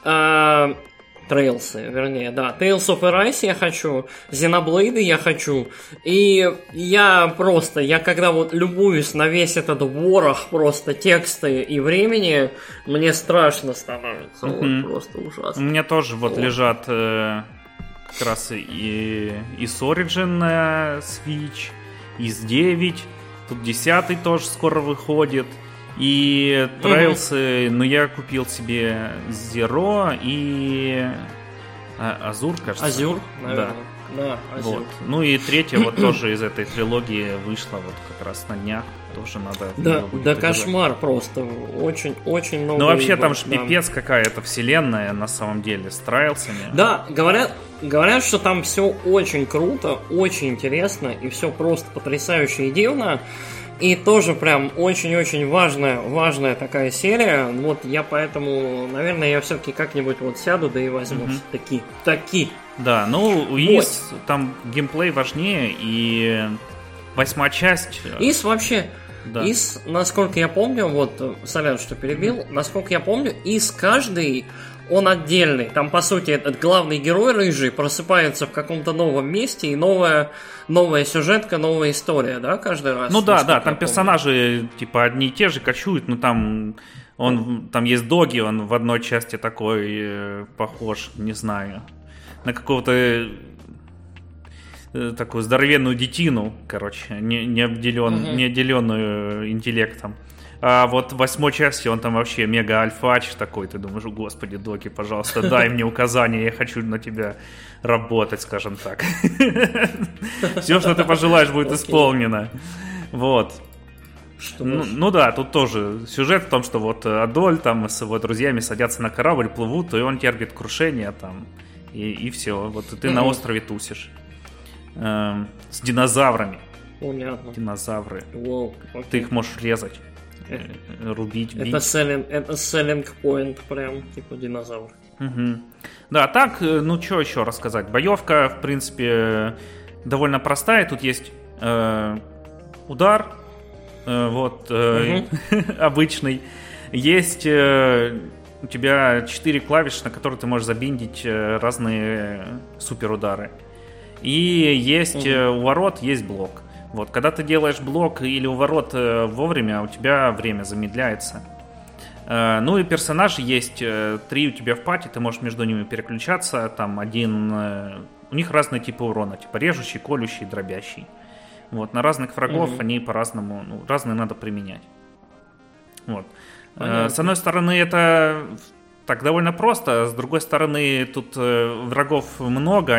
Трейлсы, вернее, да. Tales of Arise я хочу, Xenoblade я хочу. И я когда вот любуюсь на весь этот ворох просто тексты и времени, мне страшно становится. Вот, просто ужасно. У меня тоже вот лежат как раз и с Origin на Switch, и с 9. Тут 10 тоже скоро выходит. И Трейлсы, но я купил себе Zero и Азур, кажется. Азур, наверное. Да, Азур. Вот. Ну и 3 вот тоже из этой трилогии вышла вот как раз на днях. Тоже надо... Да, кошмар просто. Очень много. Ну вообще там же пипец какая-то вселенная на самом деле с Трейлсами. Да, говорят, что там все очень круто, очень интересно и все просто потрясающе и дивно. И тоже прям очень-очень важная такая серия. Вот я поэтому, наверное, я все-таки как-нибудь вот сяду, да и возьму таки. Да, ну ИС там геймплей важнее, и 8 часть... ИС вообще... Да. ИС, насколько я помню, вот, сорян, что перебил, насколько я помню, ИС каждый... Он отдельный. Там, по сути, этот главный герой рыжий просыпается в каком-то новом месте, и новая сюжетка, новая история, да, каждый раз? Ну да, там персонажи, типа, одни и те же кочуют, но там есть Доги, он в одной части такой похож, не знаю, на какого-то такую здоровенную детину, короче, не обделенную интеллектом. А вот в 8 части он там вообще мега-альфач такой. Ты думаешь, господи, Доки, пожалуйста, дай мне указания, я хочу на тебя работать, скажем так. Все, что ты пожелаешь, будет исполнено. Вот. Ну да, тут тоже сюжет в том, что вот Адоль там с его друзьями садятся на корабль, плывут, и он терпит крушение там. И все. Вот и ты на острове тусишь. С динозаврами. Понятно. Динозавры. Ты их можешь резать. Рубить, бить. Это selling point, прям, типа динозавр. Да, так, ну что еще рассказать? Боевка, в принципе, довольно простая. Тут есть удар, вот, обычный. Есть у тебя 4 клавиши, на которые ты можешь забиндить разные суперудары. И есть у ворот есть блок. Вот, когда ты делаешь блок или у ворот вовремя, у тебя время замедляется. Ну и персонажи есть 3 у тебя в пати, ты можешь между ними переключаться. Там один... У них разные типы урона, типа режущий, колющий, дробящий. Вот, на разных врагов они по-разному, разные надо применять. Вот. С одной стороны, это так довольно просто, с другой стороны, тут врагов много,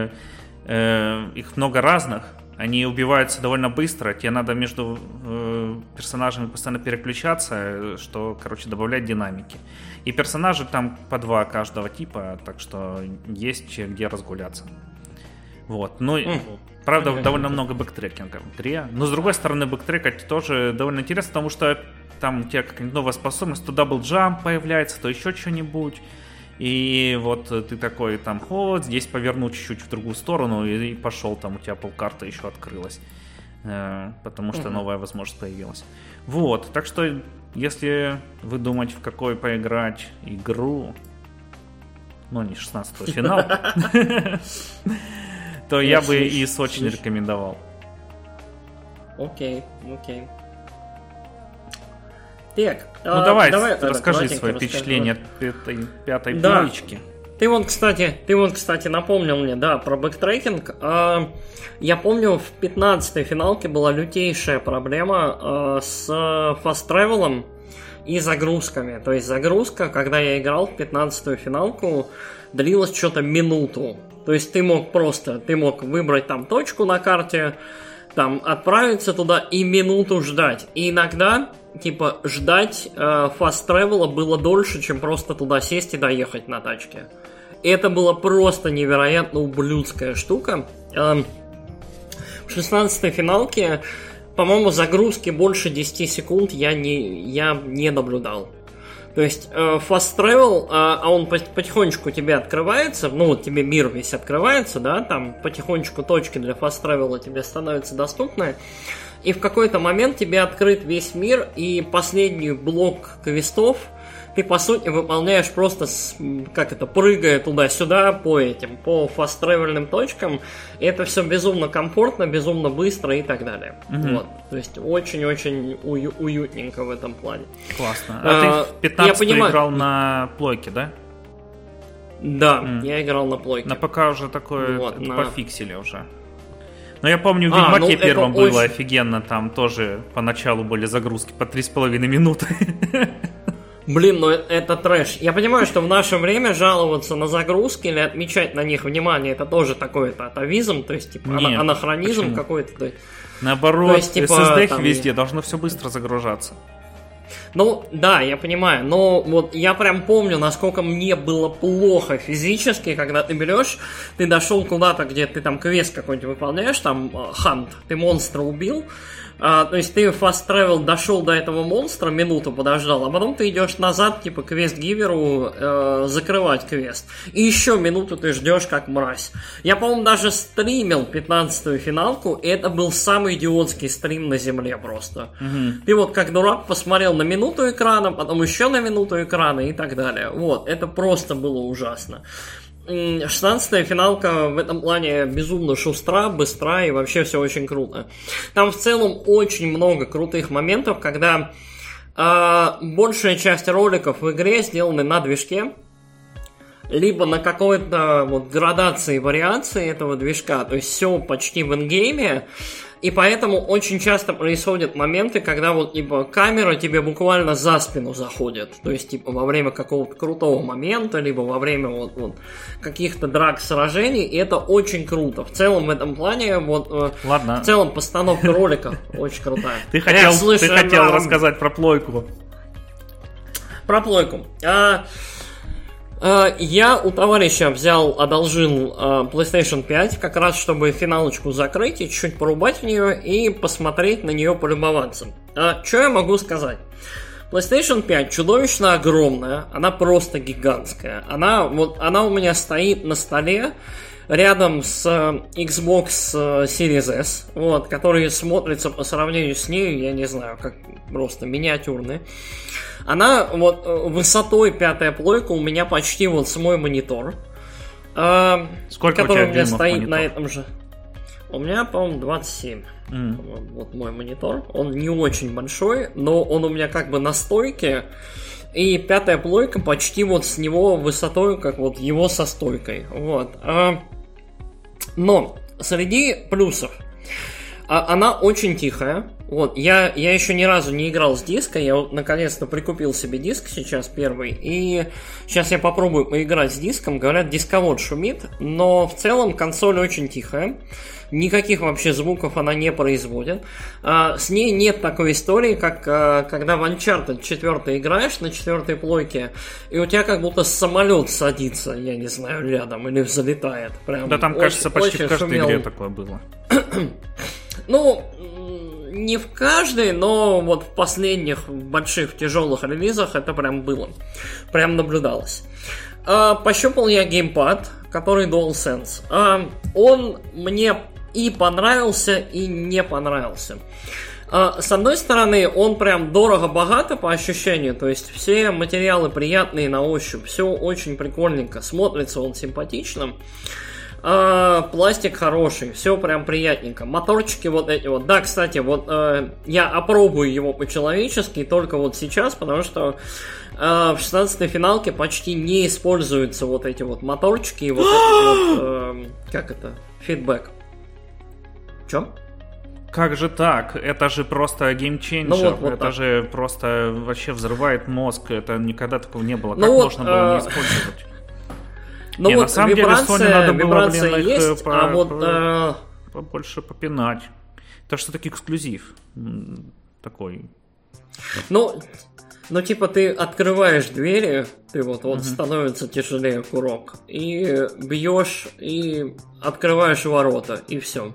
их много разных, они убиваются довольно быстро, тебе надо между персонажами постоянно переключаться, что, короче, добавляет динамики. И персонажи там по 2 каждого типа, так что есть где разгуляться. Вот, ну, правда, довольно много бэктрекинга в игре. Но, с другой стороны, бэктрекать тоже довольно интересно, потому что там у тебя какая-нибудь новая способность, то дабл-джамп появляется, то еще что-нибудь. И вот ты такой там, здесь повернул чуть-чуть в другую сторону, и пошел, там у тебя полкарты еще открылась. Потому что новая возможность появилась. Вот, так что, если вы думаете, в какой поиграть игру, ну, не 16-й финал, то я бы ИС очень рекомендовал. Окей. Так, давай расскажи свои впечатления от пятой плоечки. Ты вон, кстати, напомнил мне, про бэктрекинг. Я помню, в 15-й финалке была лютейшая проблема с фаст-тревелом и загрузками. То есть загрузка, когда я играл в 15-ю финалку, длилась что-то минуту. То есть ты мог выбрать там точку на карте, там отправиться туда и минуту ждать. И иногда, ждать фаст-тревела было дольше, чем просто туда сесть и доехать на тачке. Это была просто невероятно ублюдская штука. В 16-й финалке, по-моему, загрузки больше 10 секунд я не наблюдал. То есть fast travel, а он потихонечку тебе открывается, тебе мир весь открывается, да, там потихонечку точки для fast travel тебе становятся доступны, и в какой-то момент тебе открыт весь мир, и последний блок квестов ты, по сути, выполняешь просто, прыгая туда-сюда по фаст-тревельным точкам. И это все безумно комфортно, безумно быстро и так далее. Вот. То есть очень-очень уютненько в этом плане. Классно. А ты в 15-ю играл на плойке, да? Да, я играл на плойке. На ПК уже такое пофиксили уже. Но я помню, в Ведьмаке первом было офигенно. Там тоже поначалу были загрузки по 3,5 минуты. Блин, это трэш. Я понимаю, что в наше время жаловаться на загрузки или отмечать на них внимание, это тоже такой-то атовизм, то есть, анахронизм почему? Какой-то. Наоборот, есть, SSD везде должно все быстро загружаться. Да, я понимаю, но вот я прям помню, насколько мне было плохо физически, когда ты берешь, ты дошел куда-то, где ты там квест какой-нибудь выполняешь, там хант, ты монстра убил, то есть ты fast travel дошел до этого монстра, минуту подождал, а потом ты идешь назад, квест-гиверу закрывать квест. И еще минуту ты ждешь, как мразь. Я, по-моему, даже стримил 15-ю финалку, и это был самый идиотский стрим на земле просто. Ты как дурак посмотрел на минуту экрана, потом еще на минуту экрана и так далее. Вот, это просто было ужасно. 16-я финалка в этом плане безумно шустра, быстра и вообще все очень круто. Там в целом очень много крутых моментов, когда большая часть роликов в игре сделаны на движке, либо на какой-то градации, вариации этого движка, то есть все почти в ингейме. И поэтому очень часто происходят моменты, когда камера тебе буквально за спину заходит. То есть, во время какого-то крутого момента, либо во время каких-то драк, сражений. И это очень круто. В целом, в этом плане, Ладно. В целом, постановка ролика очень крутая. Ты хотел рассказать про плойку. Про плойку. Я у товарища одолжил PlayStation 5, как раз чтобы финалочку закрыть и чуть-чуть порубать в нее и посмотреть на нее, полюбоваться. Что я могу сказать? PlayStation 5 чудовищно огромная, она просто гигантская. Она у меня стоит на столе рядом с Xbox Series S, вот, который смотрится по сравнению с ней, я не знаю, как просто миниатюрный. Она вот высотой пятая плойка у меня почти вот с мой монитор. Сколько который у тебя стоит монитор? На этом же. У меня, по-моему, 27. Вот мой монитор. Он не очень большой, но он у меня как бы на стойке. И пятая плойка почти вот с него высотой, как вот его со стойкой. Вот. Но среди плюсов она очень тихая. Вот, я еще ни разу не играл с диска. Я вот наконец-то прикупил себе диск сейчас первый. И сейчас я попробую поиграть с диском. Говорят, дисковод шумит. Но в целом консоль очень тихая. Никаких вообще звуков она не производит. С ней нет такой истории, как когда в Uncharted 4 играешь на 4 плойке, и у тебя как будто самолет садится, я не знаю, рядом или взлетает. Прям да, там, очень, кажется, почти в каждой шумел. игре такое было. Ну, не в каждой, но вот в последних больших тяжелых релизах это прям было. Прям наблюдалось. Пощупал я геймпад, который DualSense. Он мне и понравился, и не понравился. С одной стороны, он прям дорого-богато по ощущению, то есть все материалы приятные на ощупь, все очень прикольненько, смотрится он симпатично. Пластик хороший, все прям приятненько. Моторчики вот эти вот. Да, кстати, вот я опробую его по-человечески только вот сейчас, потому что в 16-й финалке почти не используются вот эти вот моторчики и вот эти вот, как это, фидбэк. Чё? Как же так? Это же просто геймчейнджер. Вот это так. Же просто вообще взрывает мозг. Это никогда такого не было. Как можно было не использовать? Ну вот на самом деле Sony надо было, есть, побольше попинать. Это что таки эксклюзив такой. Ну, типа ты открываешь двери, ты вот становится тяжелее курок, и бьешь, и открываешь ворота, и все.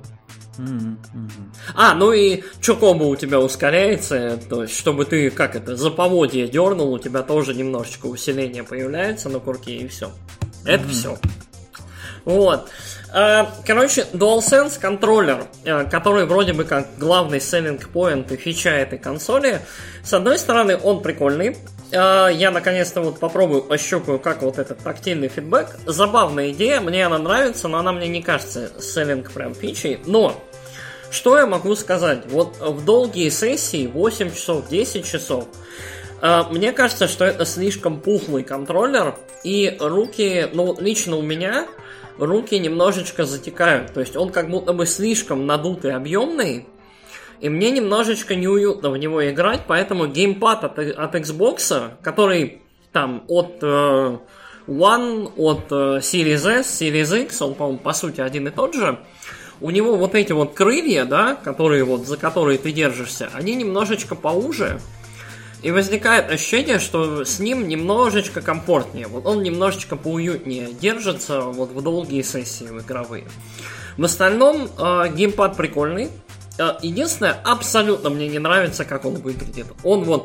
Ну и чокоба у тебя ускоряется, то есть, чтобы ты, как это, за поводье дернул, у тебя тоже немножечко усиление появляется на курке, и все. Это все. Вот. Короче, DualSense контроллер, который вроде бы как главный selling point и фича этой консоли. С одной стороны, он прикольный. Я наконец-то вот попробую, пощупаю, как вот этот тактильный фидбэк. Забавная идея, мне она нравится, но она мне не кажется selling прям фичей. Но, что я могу сказать? Вот в долгие сессии, 8 часов, 10 часов, мне кажется, что это слишком пухлый контроллер, и руки, ну лично у меня, руки немножечко затекают. То есть он как будто бы слишком надутый, объемный, и мне немножечко неуютно в него играть, поэтому геймпад от Xbox, который там от One, от Series S, Series X, он, по-моему, по сути один и тот же, у него вот эти вот крылья, да, которые вот, за которые ты держишься, они немножечко поуже. И возникает ощущение, что с ним немножечко комфортнее. Вот он немножечко поуютнее держится вот в долгие сессии в игровые. В остальном геймпад прикольный. Единственное, абсолютно мне не нравится, как он выглядит. Он,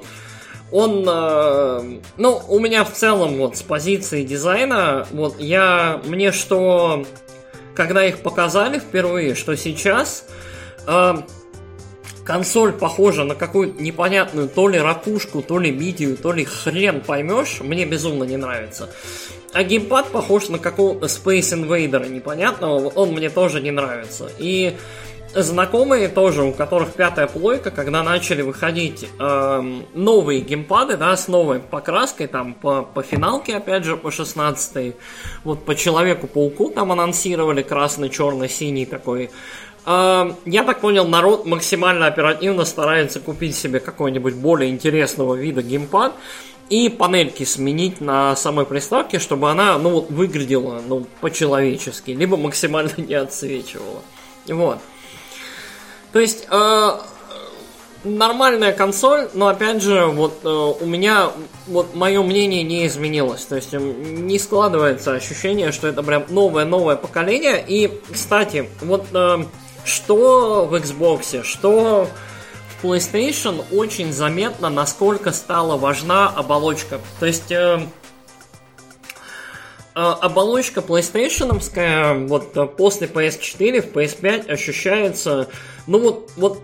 ну, у меня в целом вот с позиции дизайна, вот мне что, когда их показали впервые, что сейчас... консоль похожа на какую-то непонятную то ли ракушку, то ли мидию, то ли хрен поймешь. Мне безумно не нравится. А геймпад похож на какого-то Space Invader непонятного. Он мне тоже не нравится. И знакомые тоже, у которых пятая плойка, когда начали выходить новые геймпады, да, с новой покраской, там, по финалке, опять же, по 16-й. Вот по Человеку-пауку там анонсировали красный, черный, синий такой. Я так понял, народ максимально оперативно старается купить себе какой-нибудь более интересного вида геймпад и панельки сменить на самой приставке, чтобы она, ну, вот, выглядела, ну, по-человечески, либо максимально не отсвечивала. Вот. То есть, нормальная консоль, но, опять же, вот у меня, вот, мое мнение не изменилось. То есть, не складывается ощущение, что это прям новое поколение. И, кстати, вот... что в Xbox, что в в PlayStation очень заметно, насколько стала важна оболочка. То есть оболочка PlayStation-овская вот после PS4 в PS5 ощущается, ну вот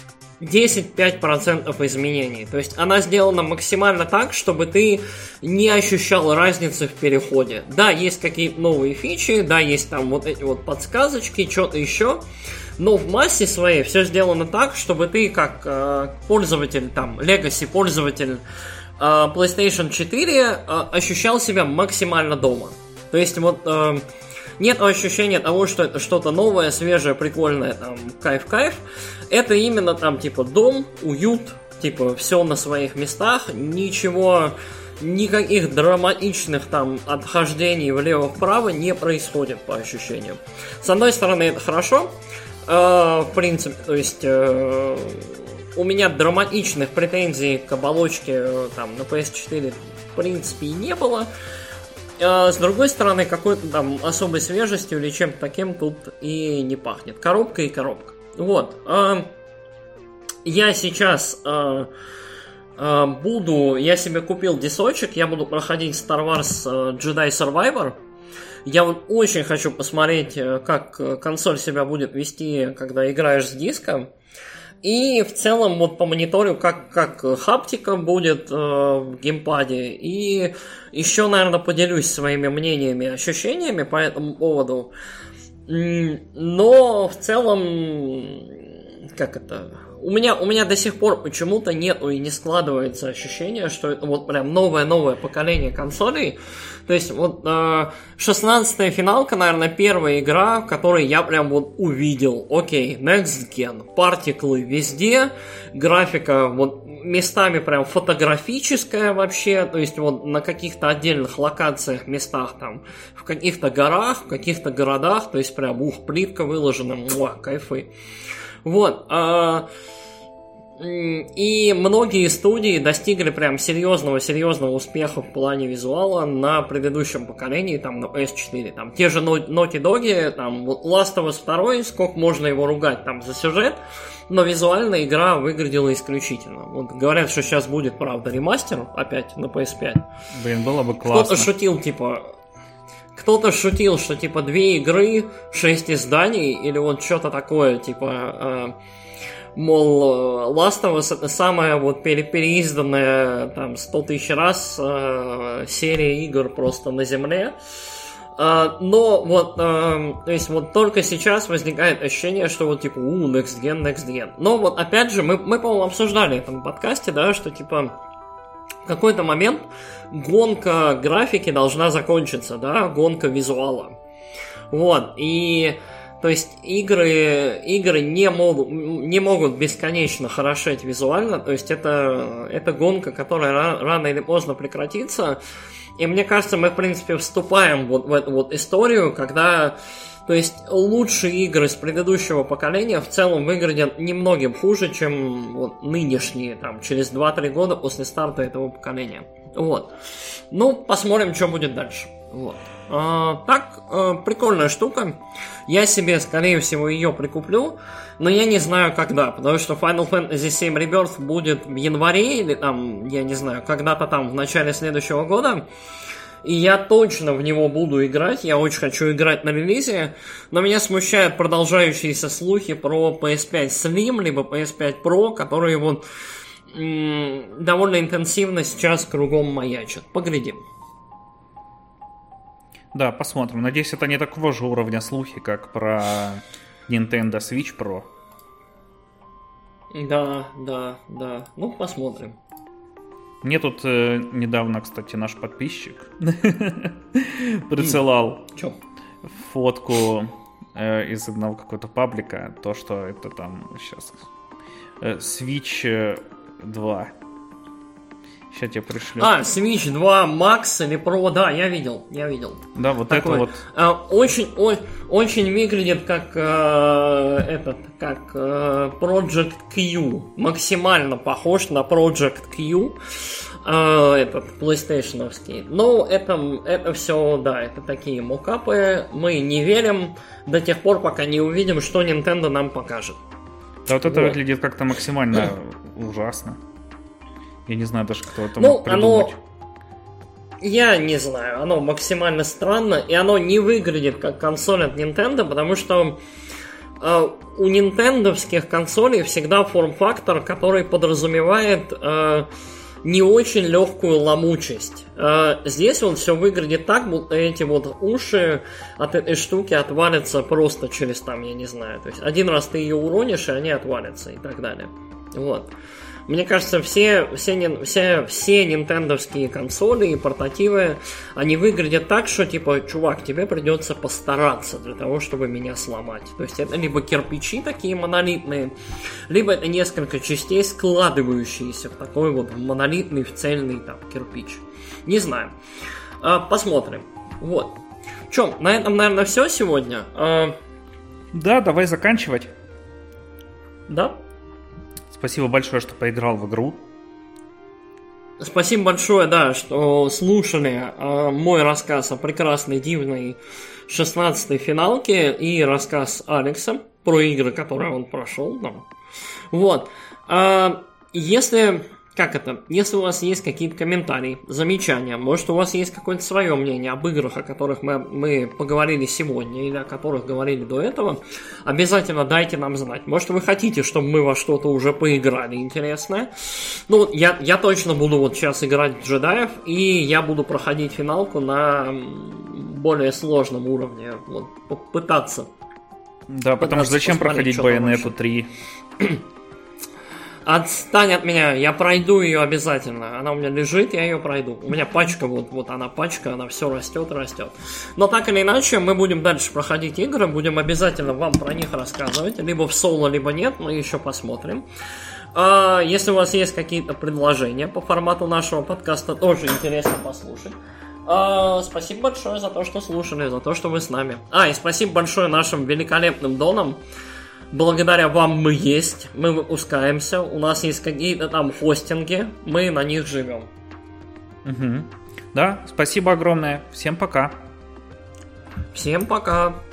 10-5% изменений. То есть она сделана максимально так, чтобы ты не ощущал разницы в переходе. Да, есть какие-то новые фичи, да, есть там вот эти вот подсказочки, что-то еще, но в массе своей все сделано так, чтобы ты как пользователь, там, Legacy пользователь PlayStation 4 ощущал себя максимально дома. То есть вот нет ощущения того, что это что-то новое, свежее, прикольное, там, кайф-кайф. Это именно там, типа, дом, уют, типа, все на своих местах, ничего, никаких драматичных там отхождений влево-вправо не происходит, по ощущениям. С одной стороны, это хорошо, в принципе, то есть у меня драматичных претензий к оболочке там на PS4 в принципе и не было. С другой стороны, какой-то там особой свежестью или чем-то таким тут и не пахнет. Коробка и коробка. Вот. Я сейчас я себе купил дисочек, я буду проходить Star Wars Jedi Survivor. Я вот очень хочу посмотреть, как консоль себя будет вести, когда играешь с диском. И в целом вот по мониторю, как хаптика будет в геймпаде. И еще, наверное, поделюсь своими мнениями и ощущениями по этому поводу. Но в целом, как это... У меня до сих пор почему-то нету и не складывается ощущение, что это вот прям новое поколение консолей. То есть вот 16-я финалка, наверное, первая игра, в которой я прям вот увидел, окей, Next Gen, партиклы везде, графика вот местами прям фотографическая вообще, то есть вот на каких-то отдельных локациях, местах там, в каких-то горах, в каких-то городах, то есть прям плитка выложена, кайфы. Вот, и многие студии достигли прям серьезного успеха в плане визуала на предыдущем поколении, там, на PS4. Там, те же Naughty Dog, там, вот Last of Us 2, сколько можно его ругать там за сюжет, но визуально игра выглядела исключительно. Вот говорят, что сейчас будет, правда, ремастер опять на PS5. Блин, было бы классно. Кто-то шутил, что типа 2 игры, 6 изданий, или вот что-то такое, типа, мол, Last of Us это самая вот переизданная там 100 тысяч раз серия игр просто на земле. Но вот, то есть вот только сейчас возникает ощущение, что вот типа, next gen. Но вот опять же, мы по-моему, обсуждали в этом подкасте, да, что типа в какой-то момент гонка графики должна закончиться, да, гонка визуала. Вот, и то есть игры не могут бесконечно хорошеть визуально, то есть это гонка, которая рано или поздно прекратится. И мне кажется, мы в принципе вступаем вот в эту вот историю, когда, то есть, лучшие игры с предыдущего поколения в целом выглядят немногим хуже, чем вот нынешние, там, через 2-3 года после старта этого поколения. Вот. Ну, посмотрим, что будет дальше. Вот. Прикольная штука. Я себе, скорее всего, ее прикуплю, но я не знаю когда, потому что Final Fantasy VII Rebirth будет в январе или там, я не знаю, когда-то там в начале следующего года. И я точно в него буду играть, я очень хочу играть на релизе, но меня смущают продолжающиеся слухи про PS5 Slim, либо PS5 Pro, которые вот довольно интенсивно сейчас кругом маячат. Поглядим. Да, посмотрим. Надеюсь, это не такого же уровня слухи, как про Nintendo Switch Pro. Да. Ну, посмотрим. Мне тут недавно, кстати, наш подписчик присылал фотку из одного какого-то паблика, то, что это там сейчас Switch 2. Сейчас тебе пришлю. Switch 2 Max или Pro, да, я видел. Да, вот такой, это вот. Очень выглядит как Project Q. Максимально похож на Project Q. Этот PlayStation-овский. Но это все, да, это такие мокапы. Мы не верим до тех пор, пока не увидим, что Nintendo нам покажет. Да, вот это выглядит как-то максимально ужасно. Я не знаю даже, кто это мог придумать. Я не знаю, оно максимально странно, и оно не выглядит как консоль от Nintendo, потому что у нинтендовских консолей всегда форм-фактор, который подразумевает не очень легкую ломучесть. Здесь вот все выглядит так, будто эти вот уши от этой штуки отвалятся просто через там, я не знаю. То есть один раз ты ее уронишь, и они отвалятся и так далее. Вот. Мне кажется, все нинтендовские консоли и портативы, они выглядят так, что типа, чувак, тебе придется постараться для того, чтобы меня сломать. То есть это либо кирпичи такие монолитные, либо это несколько частей, складывающиеся в такой вот монолитный, в цельный там кирпич. Не знаю. Посмотрим. Вот. Че, на этом, наверное, все сегодня. Да, давай заканчивать. Да. Спасибо большое, что поиграл в игру. Спасибо большое, да, что слушали мой рассказ о прекрасной, дивной 16-й финалке и рассказ Алекса про игры, которые он прошел. Да. Вот. Если у вас есть какие-то комментарии, замечания, может у вас есть какое-то свое мнение об играх, о которых мы поговорили сегодня или о которых говорили до этого, обязательно дайте нам знать. Может вы хотите, чтобы мы во что-то уже поиграли интересное. Ну, я точно буду вот сейчас играть в джедаев, и я буду проходить финалку на более сложном уровне. Вот, попытаться. Да, потому что зачем проходить Bayonetta 3? Отстань от меня, я пройду ее обязательно. Она у меня лежит, я ее пройду. У меня пачка, вот она пачка, она все растет и растет. Но так или иначе, мы будем дальше проходить игры, будем обязательно вам про них рассказывать. Либо в соло, либо нет, мы еще посмотрим. Если у вас есть какие-то предложения по формату нашего подкаста, тоже интересно послушать. Спасибо большое за то, что слушали, за то, что вы с нами. И спасибо большое нашим великолепным донам. Благодаря вам мы есть, мы выпускаемся, у нас есть какие-то там хостинги, мы на них живем. Да, спасибо огромное. Всем пока. Всем пока.